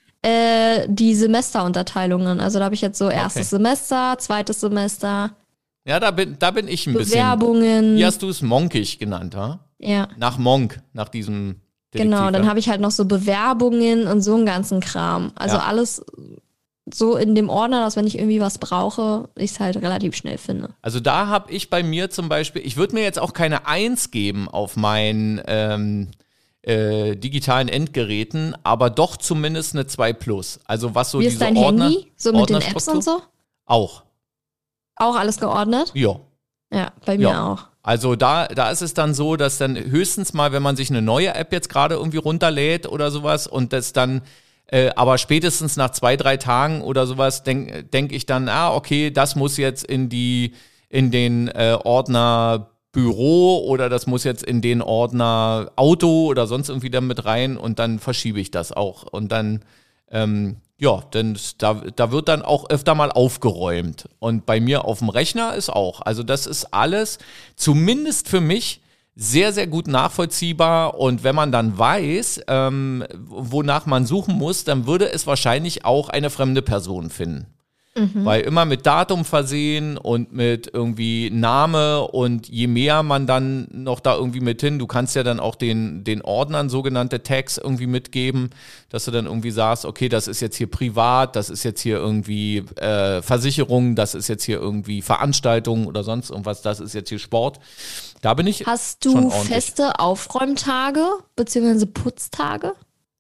äh, die Semesterunterteilungen. Also da habe ich jetzt so erstes okay. Semester, zweites Semester. Ja, da bin, da bin ich ein Bewerbungen. bisschen. Bewerbungen. Wie hast du es monkig genannt, ha? Ja. Nach Monk, nach diesem Detektiv. Genau, dann habe ich halt noch so Bewerbungen und so einen ganzen Kram. Also ja. alles so in dem Ordner, dass wenn ich irgendwie was brauche, ich es halt relativ schnell finde. Also da habe ich bei mir zum Beispiel, ich würde mir jetzt auch keine Eins geben auf meinen ähm, äh, digitalen Endgeräten, aber doch zumindest eine zwei plus. Also was so Wie diese ist dein Ordner, Handy? So mit den Apps und so? Auch. Auch alles geordnet? Ja. Ja, bei mir ja. auch. Also da, da ist es dann so, dass dann höchstens mal, wenn man sich eine neue App jetzt gerade irgendwie runterlädt oder sowas und das dann, äh, aber spätestens nach zwei, drei Tagen oder sowas denke denk ich dann, ah, okay, das muss jetzt in die, in den äh, Ordner Büro oder das muss jetzt in den Ordner Auto oder sonst irgendwie dann mit rein und dann verschiebe ich das auch und dann, ähm, ja, denn da, da wird dann auch öfter mal aufgeräumt. Und bei mir auf dem Rechner ist auch. Also das ist alles, zumindest für mich, sehr, sehr gut nachvollziehbar. Und wenn man dann weiß, ähm, wonach man suchen muss, dann würde es wahrscheinlich auch eine fremde Person finden. Mhm. Weil immer mit Datum versehen und mit irgendwie Name und je mehr man dann noch da irgendwie mit hin, du kannst ja dann auch den, den Ordnern sogenannte Tags irgendwie mitgeben, dass du dann irgendwie sagst, okay, das ist jetzt hier privat, das ist jetzt hier irgendwie äh, Versicherung, das ist jetzt hier irgendwie Veranstaltung oder sonst irgendwas, das ist jetzt hier Sport. Da bin ich Hast schon du ordentlich. feste Aufräumtage beziehungsweise Putztage?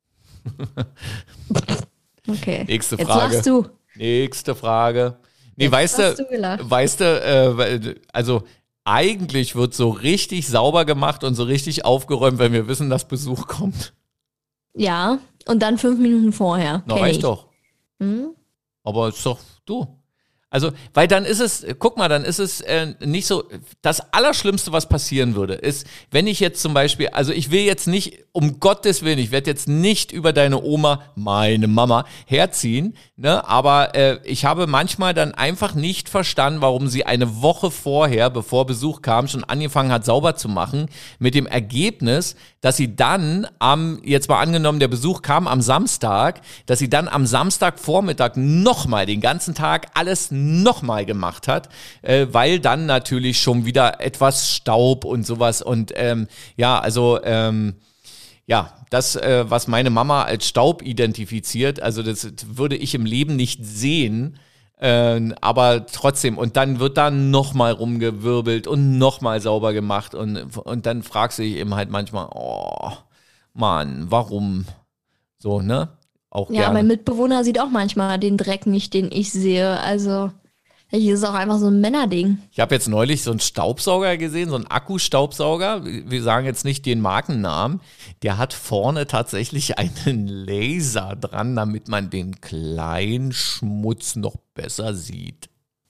Okay. Nächste Jetzt Frage. lachst du. Nächste Frage. Nee, Jetzt weißt hast du, du gelacht. weißt du, äh, also eigentlich wird so richtig sauber gemacht und so richtig aufgeräumt, wenn wir wissen, dass Besuch kommt. Ja, und dann fünf Minuten vorher. Na, Kenn reicht ich. doch. Hm? Aber ist doch du. Also, weil dann ist es, guck mal, dann ist es äh, nicht so, das Allerschlimmste, was passieren würde, ist, wenn ich jetzt zum Beispiel, also ich will jetzt nicht, um Gottes Willen, ich werde jetzt nicht über deine Oma, meine Mama, herziehen, ne, aber äh, ich habe manchmal dann einfach nicht verstanden, warum sie eine Woche vorher, bevor Besuch kam, schon angefangen hat, sauber zu machen, mit dem Ergebnis, dass sie dann am, jetzt mal angenommen, der Besuch kam am Samstag, dass sie dann am Samstagvormittag nochmal den ganzen Tag alles nochmal gemacht hat, äh, weil dann natürlich schon wieder etwas Staub und sowas und ähm, ja, also ähm, ja, das, äh, was meine Mama als Staub identifiziert, also das würde ich im Leben nicht sehen, äh, aber trotzdem, und dann wird da nochmal rumgewirbelt und nochmal sauber gemacht und, und dann fragst du dich eben halt manchmal, oh, Mann, warum? So, ne? Auch Ja, gerne. mein Mitbewohner sieht auch manchmal den Dreck nicht, den ich sehe. Also, hier ist auch einfach so ein Männerding. Ich habe jetzt neulich so einen Staubsauger gesehen, so einen Akkustaubsauger. Wir sagen jetzt nicht den Markennamen. Der hat vorne tatsächlich einen Laser dran, damit man den kleinen Schmutz noch besser sieht.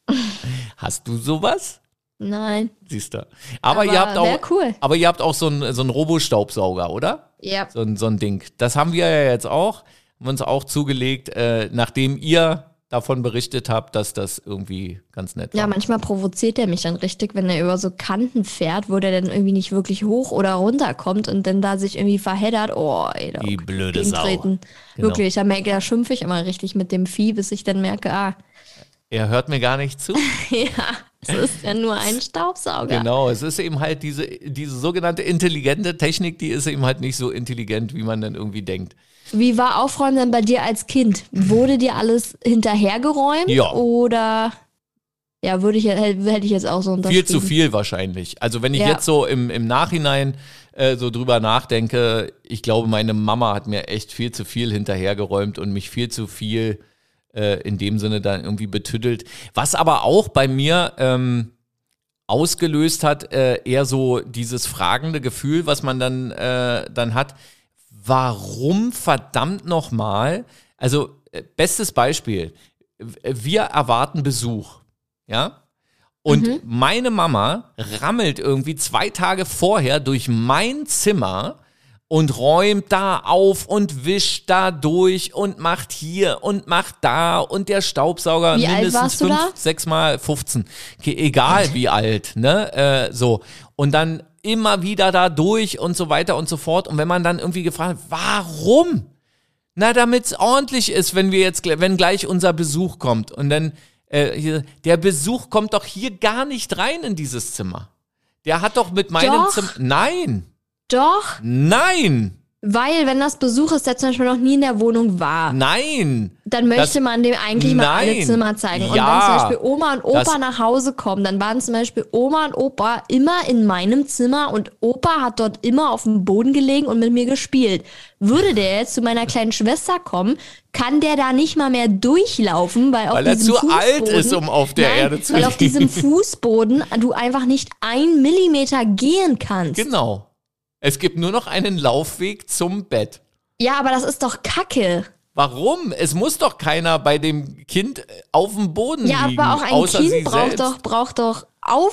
Hast du sowas? Nein. Siehst du. Aber, Aber ihr habt auch, wär cool. aber ihr habt auch so einen, so einen Robo-Staubsauger, oder? Ja. So ein, so ein Ding. Das haben wir ja jetzt auch. Haben uns auch zugelegt, äh, nachdem ihr davon berichtet habt, dass das irgendwie ganz nett war. Ja, manchmal provoziert er mich dann richtig, wenn er über so Kanten fährt, wo der dann irgendwie nicht wirklich hoch oder runter kommt und dann da sich irgendwie verheddert. Oh, ey, da Die blöde Sau. gegentreten. Genau. Wirklich, da, merke, da schimpfe ich immer richtig mit dem Vieh, bis ich dann merke, ah, Er hört mir gar nicht zu. ja, es ist ja nur ein Staubsauger. Genau, es ist eben halt diese, diese sogenannte intelligente Technik, die ist eben halt nicht so intelligent, wie man dann irgendwie denkt. Wie war Aufräumen denn bei dir als Kind? Wurde dir alles hinterhergeräumt? Ja. Oder, ja, würde ich, hätte ich jetzt auch so unterschrieben. Viel zu viel wahrscheinlich. Also wenn ich Ja. jetzt so im, im Nachhinein äh, so drüber nachdenke, ich glaube, meine Mama hat mir echt viel zu viel hinterhergeräumt und mich viel zu viel äh, in dem Sinne dann irgendwie betüdelt. Was aber auch bei mir ähm, ausgelöst hat, äh, eher so dieses fragende Gefühl, was man dann, äh, dann hat. Warum verdammt nochmal? Also, äh, bestes Beispiel. Wir erwarten Besuch. Ja? Und Mhm. meine Mama rammelt irgendwie zwei Tage vorher durch mein Zimmer und räumt da auf und wischt da durch und macht hier und macht da und der Staubsauger Wie alt mindestens warst du fünf, da? sechs mal fünfzehn. Okay, egal wie alt, ne? Äh, so. Und dann immer wieder da durch und so weiter und so fort. Und wenn man dann irgendwie gefragt hat, warum? Na, damit es ordentlich ist, wenn wir jetzt, wenn gleich unser Besuch kommt. Und dann, äh, hier, der Besuch kommt doch hier gar nicht rein in dieses Zimmer. Der hat doch mit meinem Doch. Zimmer. Nein! Doch, Nein! weil wenn das Besuch ist, der zum Beispiel noch nie in der Wohnung war, Nein! dann möchte Das- man dem eigentlich mal alle Nein. Zimmer zeigen. Und Ja. wenn zum Beispiel Oma und Opa Das- nach Hause kommen, dann waren zum Beispiel Oma und Opa immer in meinem Zimmer und Opa hat dort immer auf dem Boden gelegen und mit mir gespielt. Würde der jetzt zu meiner kleinen Schwester kommen, kann der da nicht mal mehr durchlaufen, weil auf Weil er diesem zu Fußboden, alt ist, um auf der Nein, Erde zu weil auf liegen. diesem Fußboden du einfach nicht ein Millimeter gehen kannst. Genau. Es gibt nur noch einen Laufweg zum Bett. Ja, aber das ist doch Kacke. Warum? Es muss doch keiner bei dem Kind äh, auf dem Boden Ja, liegen, aber auch ein außer sie Kind braucht selbst. doch, braucht doch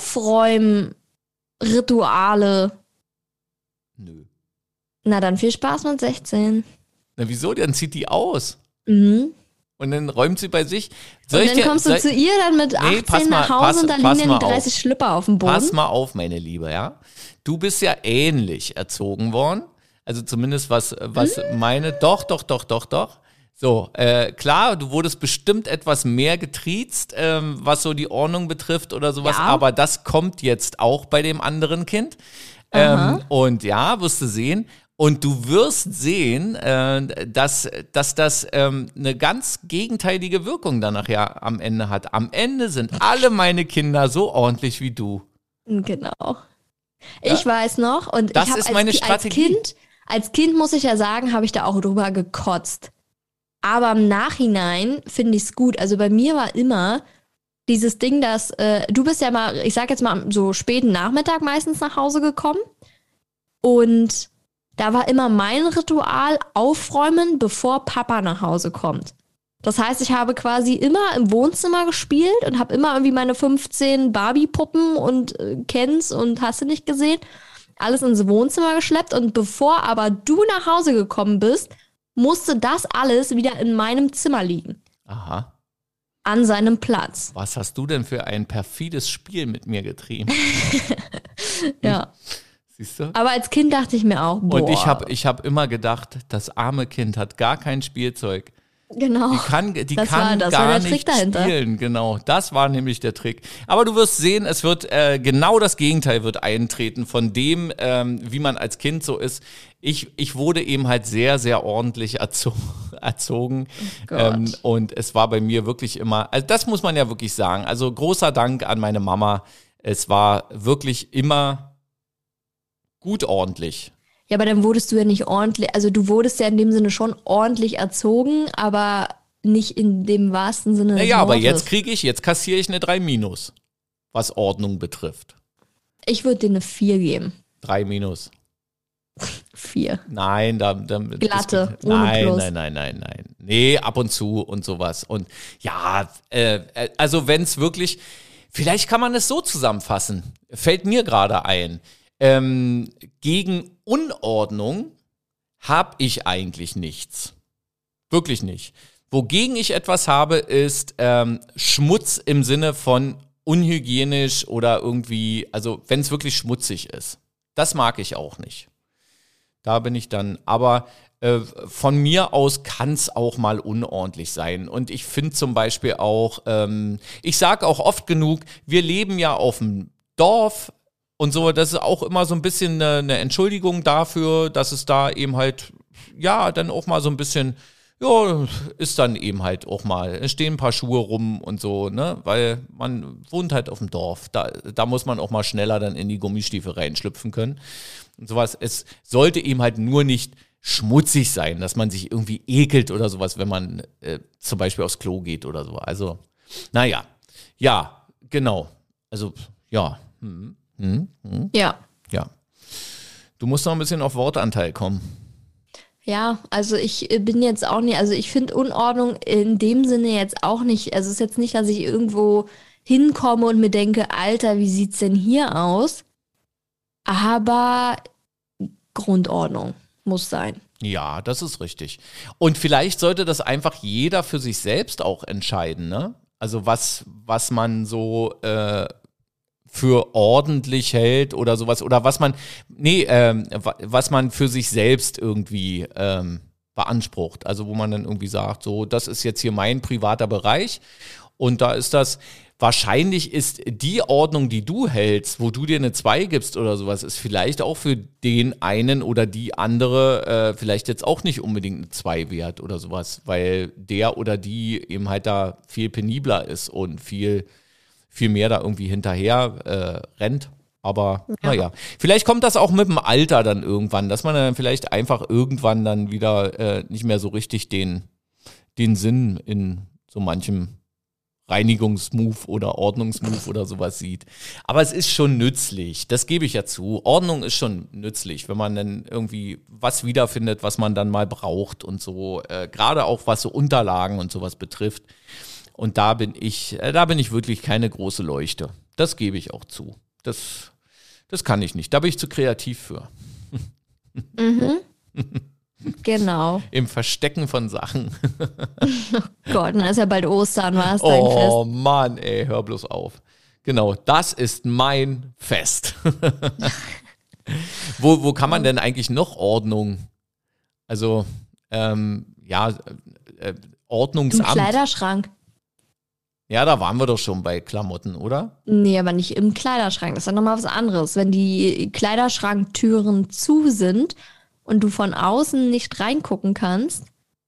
Aufräumrituale. Nö. Na dann viel Spaß mit sechzehn. Na wieso? Dann zieht die aus. Mhm. Und dann räumt sie bei sich. Soll Und ich dann dir- kommst soll- du zu ihr dann mit Nee, pass achtzehn mal, nach Hause pass- und da pass liegen mal dann die dreißig auf. Schlüpper auf dem Boden. Pass mal auf, meine Liebe, ja. Du bist ja ähnlich erzogen worden. Also zumindest was, was Hm? meine, doch, doch, doch, doch, doch. So, äh, klar, du wurdest bestimmt etwas mehr getriezt, ähm, was so die Ordnung betrifft oder sowas, Ja. aber das kommt jetzt auch bei dem anderen Kind. Ähm, und ja, wirst du sehen. Und du wirst sehen, äh, dass, dass das ähm, eine ganz gegenteilige Wirkung dann nachher am Ende hat. Am Ende sind alle meine Kinder so ordentlich wie du. Genau. Ich Ja. weiß noch, und Das ich habe ist als, meine Ki- Strategie. als Kind, als Kind muss ich ja sagen, habe ich da auch drüber gekotzt. Aber im Nachhinein finde ich es gut. Also bei mir war immer dieses Ding, dass äh, du bist ja mal, ich sag jetzt mal so späten Nachmittag meistens nach Hause gekommen. Und da war immer mein Ritual aufräumen, bevor Papa nach Hause kommt. Das heißt, ich habe quasi immer im Wohnzimmer gespielt und habe immer irgendwie meine fünfzehn Barbie-Puppen und äh, Kens und hast du nicht gesehen, alles ins Wohnzimmer geschleppt. Und bevor aber du nach Hause gekommen bist, musste das alles wieder in meinem Zimmer liegen. Aha. An seinem Platz. Was hast du denn für ein perfides Spiel mit mir getrieben? Ja. Siehst du? Aber als Kind dachte ich mir auch, boah. Und ich habe ich hab immer gedacht, das arme Kind hat gar kein Spielzeug. Genau. Die kann, die Das kann war- das gar war der Trick nicht dahinter. spielen, genau. Das war nämlich der Trick. Aber du wirst sehen, es wird äh, genau das Gegenteil wird eintreten von dem, ähm, wie man als Kind so ist. Ich, ich wurde eben halt sehr, sehr ordentlich erzo erzogen. Gott. ähm, und es war bei mir wirklich immer, also das muss man ja wirklich sagen. Also großer Dank an meine Mama. Es war wirklich immer gut ordentlich. Ja, aber dann wurdest du ja nicht ordentlich, also du wurdest ja in dem Sinne schon ordentlich erzogen, aber nicht in dem wahrsten Sinne des Naja, aber Wortes. jetzt kriege ich, jetzt kassiere ich eine drei minus, was Ordnung betrifft. Ich würde dir eine vier geben. drei minus. vier. Nein, da, da Glatte, das- ohne nein, Plus. nein, nein, nein, nein. Nee, ab und zu und sowas. Und ja, äh, äh, also wenn es wirklich, vielleicht kann man es so zusammenfassen, fällt mir gerade ein. Ähm, gegen Unordnung habe ich eigentlich nichts. Wirklich nicht. Wogegen ich etwas habe, ist ähm, Schmutz im Sinne von unhygienisch oder irgendwie, also wenn es wirklich schmutzig ist. Das mag ich auch nicht. Da bin ich dann, aber äh, von mir aus kann es auch mal unordentlich sein. Und ich finde zum Beispiel auch, ähm, ich sage auch oft genug, wir leben ja auf dem Dorf und so, das ist auch immer so ein bisschen eine, eine Entschuldigung dafür, dass es da eben halt, ja, dann auch mal so ein bisschen, ja, ist dann eben halt auch mal, es stehen ein paar Schuhe rum und so, ne, weil man wohnt halt auf dem Dorf. Da, da muss man auch mal schneller dann in die Gummistiefel reinschlüpfen können und sowas. Es sollte eben halt nur nicht schmutzig sein, dass man sich irgendwie ekelt oder sowas, wenn man äh, zum Beispiel aufs Klo geht oder so. Also, naja, ja, genau. Also, ja, hm, hm, hm, Ja. ja. Du musst noch ein bisschen auf Wortanteil kommen. Ja, also ich äh, bin jetzt auch nicht, also ich finde Unordnung in dem Sinne jetzt auch nicht, also es ist jetzt nicht, dass ich irgendwo hinkomme und mir denke, Alter, wie sieht's denn hier aus? Aber Grundordnung muss sein. Ja, das ist richtig. Und vielleicht sollte das einfach jeder für sich selbst auch entscheiden, ne? Also was, was man so äh, für ordentlich hält oder sowas. Oder was man, nee, ähm, wa- was man für sich selbst irgendwie ähm, beansprucht. Also wo man dann irgendwie sagt, so, das ist jetzt hier mein privater Bereich. Und da ist das, wahrscheinlich ist die Ordnung, die du hältst, wo du dir eine zwei gibst oder sowas, ist vielleicht auch für den einen oder die andere äh, vielleicht jetzt auch nicht unbedingt eine zwei wert oder sowas, weil der oder die eben halt da viel penibler ist und viel, viel mehr da irgendwie hinterher äh, rennt. Aber naja, vielleicht kommt das auch mit dem Alter dann irgendwann, dass man dann vielleicht einfach irgendwann dann wieder äh, nicht mehr so richtig den, den Sinn in so manchem Reinigungsmove oder Ordnungsmove oder sowas sieht. Aber es ist schon nützlich, das gebe ich ja zu. Ordnung ist schon nützlich, wenn man dann irgendwie was wiederfindet, was man dann mal braucht und so. Äh, gerade auch was so Unterlagen und sowas betrifft. Und da bin ich, äh, da bin ich wirklich keine große Leuchte. Das gebe ich auch zu. Das, das kann ich nicht. Da bin ich zu kreativ für. Genau. Im Verstecken von Sachen. Gott, dann ist ja bald Ostern, war es dein Fest. Oh Mann, ey, hör bloß auf. Genau, das ist mein Fest. wo, wo kann man denn eigentlich noch Ordnung? Also, ähm, ja, äh, Im Ordnungsamt. Kleiderschrank. Ja, da waren wir doch schon bei Klamotten, oder? Nee, aber nicht im Kleiderschrank. Das ist ja nochmal was anderes. Wenn die Kleiderschranktüren zu sind und du von außen nicht reingucken kannst.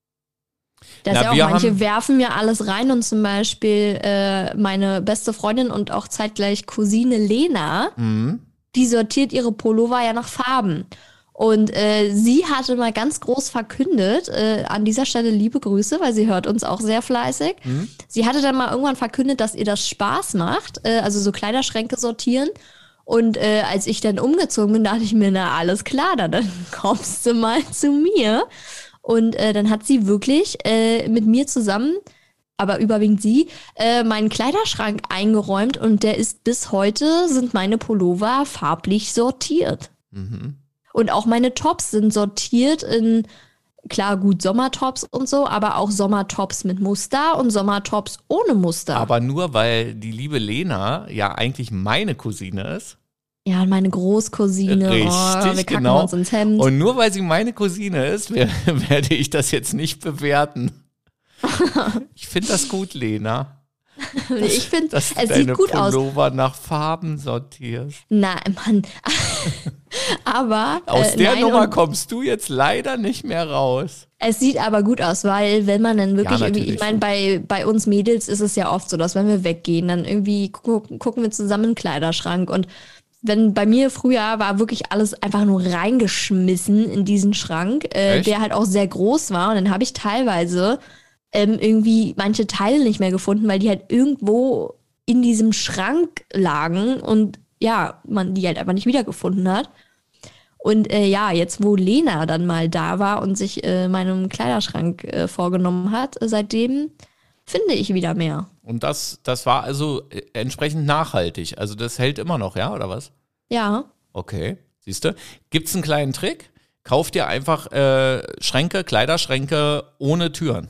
Das Na, ist ja auch, wir manche haben- werfen mir alles rein und zum Beispiel äh, meine beste Freundin und auch zeitgleich Cousine Lena, Mhm. die sortiert ihre Pullover ja nach Farben. Und äh, sie hatte mal ganz groß verkündet, äh, an dieser Stelle liebe Grüße, weil sie hört uns auch sehr fleißig. Mhm. Sie hatte dann mal irgendwann verkündet, dass ihr das Spaß macht, äh, also so Kleiderschränke sortieren. Und äh, als ich dann umgezogen bin, dachte ich mir, na alles klar, dann, dann kommst du mal zu mir. Und äh, dann hat sie wirklich äh, mit mir zusammen, aber überwiegend sie, äh, meinen Kleiderschrank eingeräumt und der ist bis heute, sind meine Pullover farblich sortiert. Mhm. Und auch meine Tops sind sortiert in, klar, gut, Sommertops und so, aber auch Sommertops mit Muster und Sommertops ohne Muster. Aber nur weil die liebe Lena ja eigentlich meine Cousine ist. ja, und meine Großcousine, Richtig, oh, wir kacken genau. uns ins Hemd. Und nur weil sie meine Cousine ist, wer- werde ich das jetzt nicht bewerten. Ich finde das gut, Lena. ich finde, Dass du es deine sieht gut aus. Pullover nach Farben sortierst. Na, Mann. aber Aus äh, der nein, Nummer und kommst du jetzt leider nicht mehr raus. es sieht aber gut aus, weil wenn man dann wirklich Ja, irgendwie, natürlich. ich meine, bei, bei uns Mädels ist es ja oft so, dass wenn wir weggehen, dann irgendwie gucken, gucken wir zusammen in den Kleiderschrank und wenn bei mir früher war wirklich alles einfach nur reingeschmissen in diesen Schrank, äh, Echt? der halt auch sehr groß war. Und dann habe ich teilweise ähm, irgendwie manche Teile nicht mehr gefunden, weil die halt irgendwo in diesem Schrank lagen und ja, man die halt einfach nicht wiedergefunden hat. Und äh, ja, jetzt wo Lena dann mal da war und sich äh, meinem Kleiderschrank äh, vorgenommen hat, äh, seitdem finde ich wieder mehr. Und das, das war also äh, entsprechend nachhaltig. Also das hält immer noch, ja, oder was? Ja. Okay, siehst du. Gibt es einen kleinen Trick? Kauf dir einfach äh, Schränke, Kleiderschränke ohne Türen.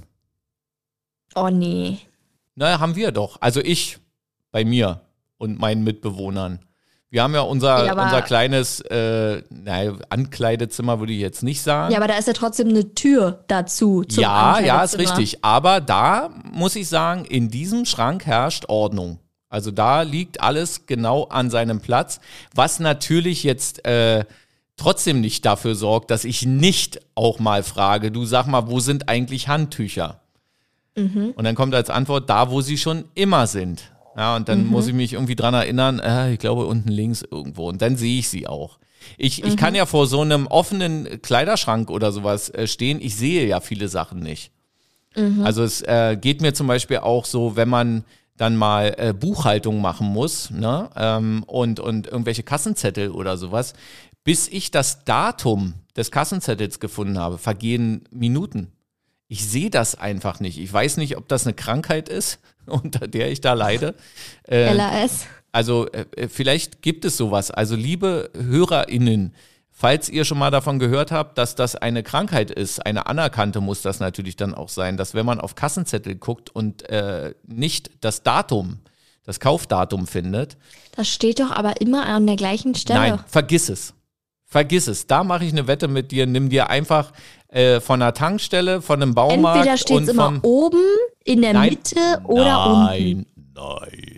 Oh nee. Na, haben wir doch. Also ich bei mir und meinen Mitbewohnern. Wir haben ja unser, Ja, aber- unser kleines äh, naja, Ankleidezimmer, würde ich jetzt nicht sagen. Ja, aber da ist ja trotzdem eine Tür dazu. Zum Ja, ja, ist Ankleidezimmer. richtig. Aber da muss ich sagen, in diesem Schrank herrscht Ordnung. Also da liegt alles genau an seinem Platz, was natürlich jetzt äh, trotzdem nicht dafür sorgt, dass ich nicht auch mal frage, du sag mal, wo sind eigentlich Handtücher? Mhm. Und dann kommt als Antwort, da wo sie schon immer sind. Ja, und dann Mhm. muss ich mich irgendwie dran erinnern, äh, ich glaube unten links irgendwo. Und dann sehe ich sie auch. Ich, ich Mhm. kann ja vor so einem offenen Kleiderschrank oder sowas äh, stehen. Ich sehe ja viele Sachen nicht. Mhm. Also es äh, geht mir zum Beispiel auch so, wenn man dann mal äh, Buchhaltung machen muss, ne, ähm, und, und irgendwelche Kassenzettel oder sowas, bis ich das Datum des Kassenzettels gefunden habe, vergehen Minuten. Ich sehe das einfach nicht. Ich weiß nicht, ob das eine Krankheit ist, unter der ich da leide. Äh, L A S. also äh, vielleicht gibt es sowas. Also liebe HörerInnen, falls ihr schon mal davon gehört habt, dass das eine Krankheit ist, eine anerkannte muss das natürlich dann auch sein, dass wenn man auf Kassenzettel guckt und äh, nicht das Datum, das Kaufdatum findet, Das steht doch aber immer an der gleichen Stelle. nein, vergiss es. Vergiss es. Da mache ich eine Wette mit dir. Nimm dir einfach äh, von einer Tankstelle, von einem Baumarkt Entweder steht und es immer vom oben, in der Nein. Mitte oder unten. Nein, nein.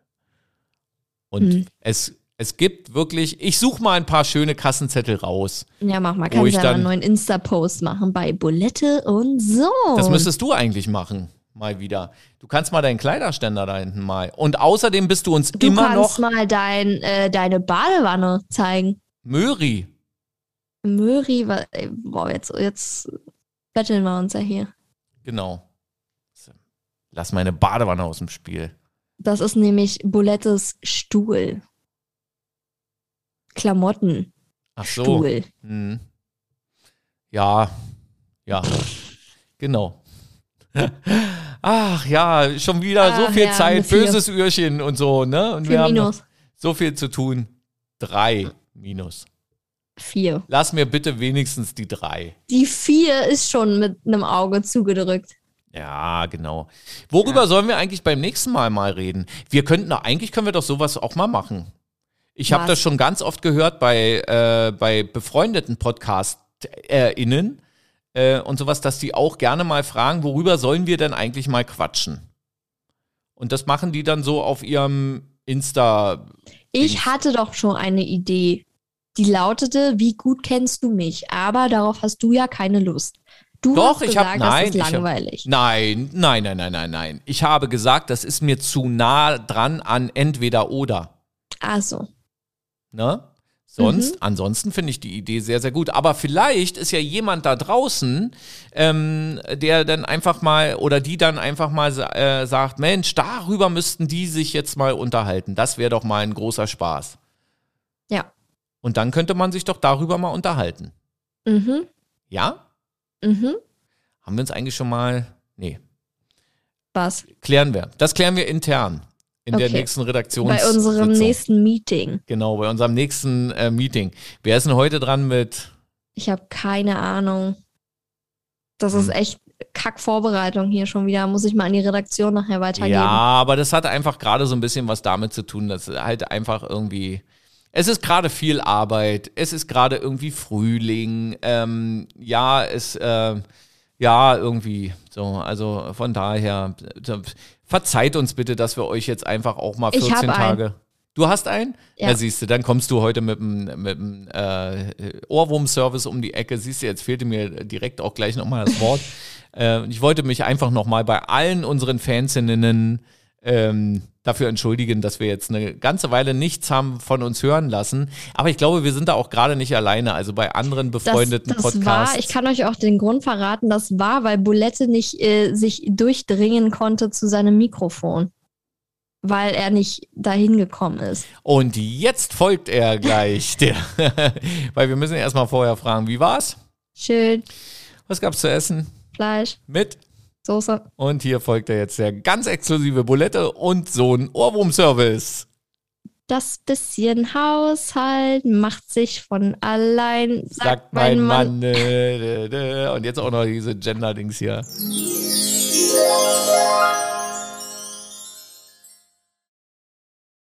Und Hm. es, es gibt wirklich, ich suche mal ein paar schöne Kassenzettel raus. Ja, mach mal. Wo Kannst ich ja mal dann- einen neuen Insta-Post machen bei Bulette und so. Das müsstest du eigentlich machen, mal wieder. Du kannst mal deinen Kleiderständer da hinten mal. Und außerdem bist du uns Du immer kannst noch mal dein, äh, deine Badewanne zeigen. Möri. Möri, wa- ey, boah, jetzt, jetzt betteln wir uns ja hier. Genau. Lass meine Badewanne aus dem Spiel. Das ist nämlich Bulettes Stuhl. Klamotten. Ach so. Stuhl. Hm. Ja, ja, genau. Ach ja, schon wieder so Ach viel ja, Zeit, eine vier. böses Öhrchen und so, ne? Und wir Vier haben noch Minus. so viel zu tun. Drei minus. Vier. Lass mir bitte wenigstens die drei. Die vier ist schon mit einem Auge zugedrückt. Ja, genau. Worüber sollen wir eigentlich beim nächsten Mal mal reden? Wir könnten doch, eigentlich können wir doch sowas auch mal machen. Ich habe Was? das schon ganz oft gehört bei, äh, bei befreundeten Podcast-innen, äh, und sowas, dass die auch gerne mal fragen, worüber sollen wir denn eigentlich mal quatschen? Und das machen die dann so auf ihrem Insta. Ich hatte doch schon eine Idee. Die lautete, wie gut kennst du mich? Aber darauf hast du ja keine Lust. Du Doch, hast ich gesagt, habe nein, das ist ich langweilig. Hab, nein, nein, nein, nein, nein, nein. Ich habe gesagt, das ist mir zu nah dran an entweder oder. Ach so. Ne? Sonst, Mhm. ansonsten finde ich die Idee sehr, sehr gut. Aber vielleicht ist ja jemand da draußen, ähm, der dann einfach mal oder die dann einfach mal äh, sagt, Mensch, darüber müssten die sich jetzt mal unterhalten. Das wäre doch mal ein großer Spaß. Ja. Und dann könnte man sich doch darüber mal unterhalten. Mhm. Ja? Mhm. Haben wir uns eigentlich schon mal, nee, Was? klären wir. Das klären wir intern. In Okay. der nächsten Redaktions Bei unserem Sitzung. nächsten Meeting. Genau, bei unserem nächsten äh, Meeting. Wer ist denn heute dran mit? Ich habe keine Ahnung. Das Hm. ist echt Kack-Vorbereitung hier schon wieder. Muss ich mal an die Redaktion nachher weitergeben. Ja, aber das hat einfach gerade so ein bisschen was damit zu tun, dass halt einfach irgendwie, es ist gerade viel Arbeit, es ist gerade irgendwie Frühling, ähm, ja, es, äh, ja, irgendwie so, also von daher, verzeiht uns bitte, dass wir euch jetzt einfach auch mal Ich hab vierzehn einen. Tage. Du hast einen? Ja. Ja, siehst du, dann kommst du heute mit dem, mit dem äh, Ohrwurm-Service um die Ecke. Siehst du, jetzt fehlte mir direkt auch gleich nochmal das Wort. äh, ich wollte mich einfach nochmal bei allen unseren Fansinnen ähm, dafür entschuldigen, dass wir jetzt eine ganze Weile nichts haben von uns hören lassen. Aber ich glaube, wir sind da auch gerade nicht alleine. Also bei anderen befreundeten das, das Podcasts. war, ich kann euch auch den Grund verraten, das war, weil Bulette nicht äh, sich durchdringen konnte zu seinem Mikrofon. Weil er nicht dahin gekommen ist. Und jetzt folgt er gleich. Der, weil wir müssen erstmal vorher fragen, wie war's? Schön, Was gab's zu essen? Fleisch, Mit? Soße. Und hier folgt er jetzt der ganz exklusive Bulette und Sohn Ohrwurm-Service. Das bisschen Haushalt macht sich von allein, sagt, Sagt mein Mann. Mann. Und jetzt auch noch diese Gender-Dings hier.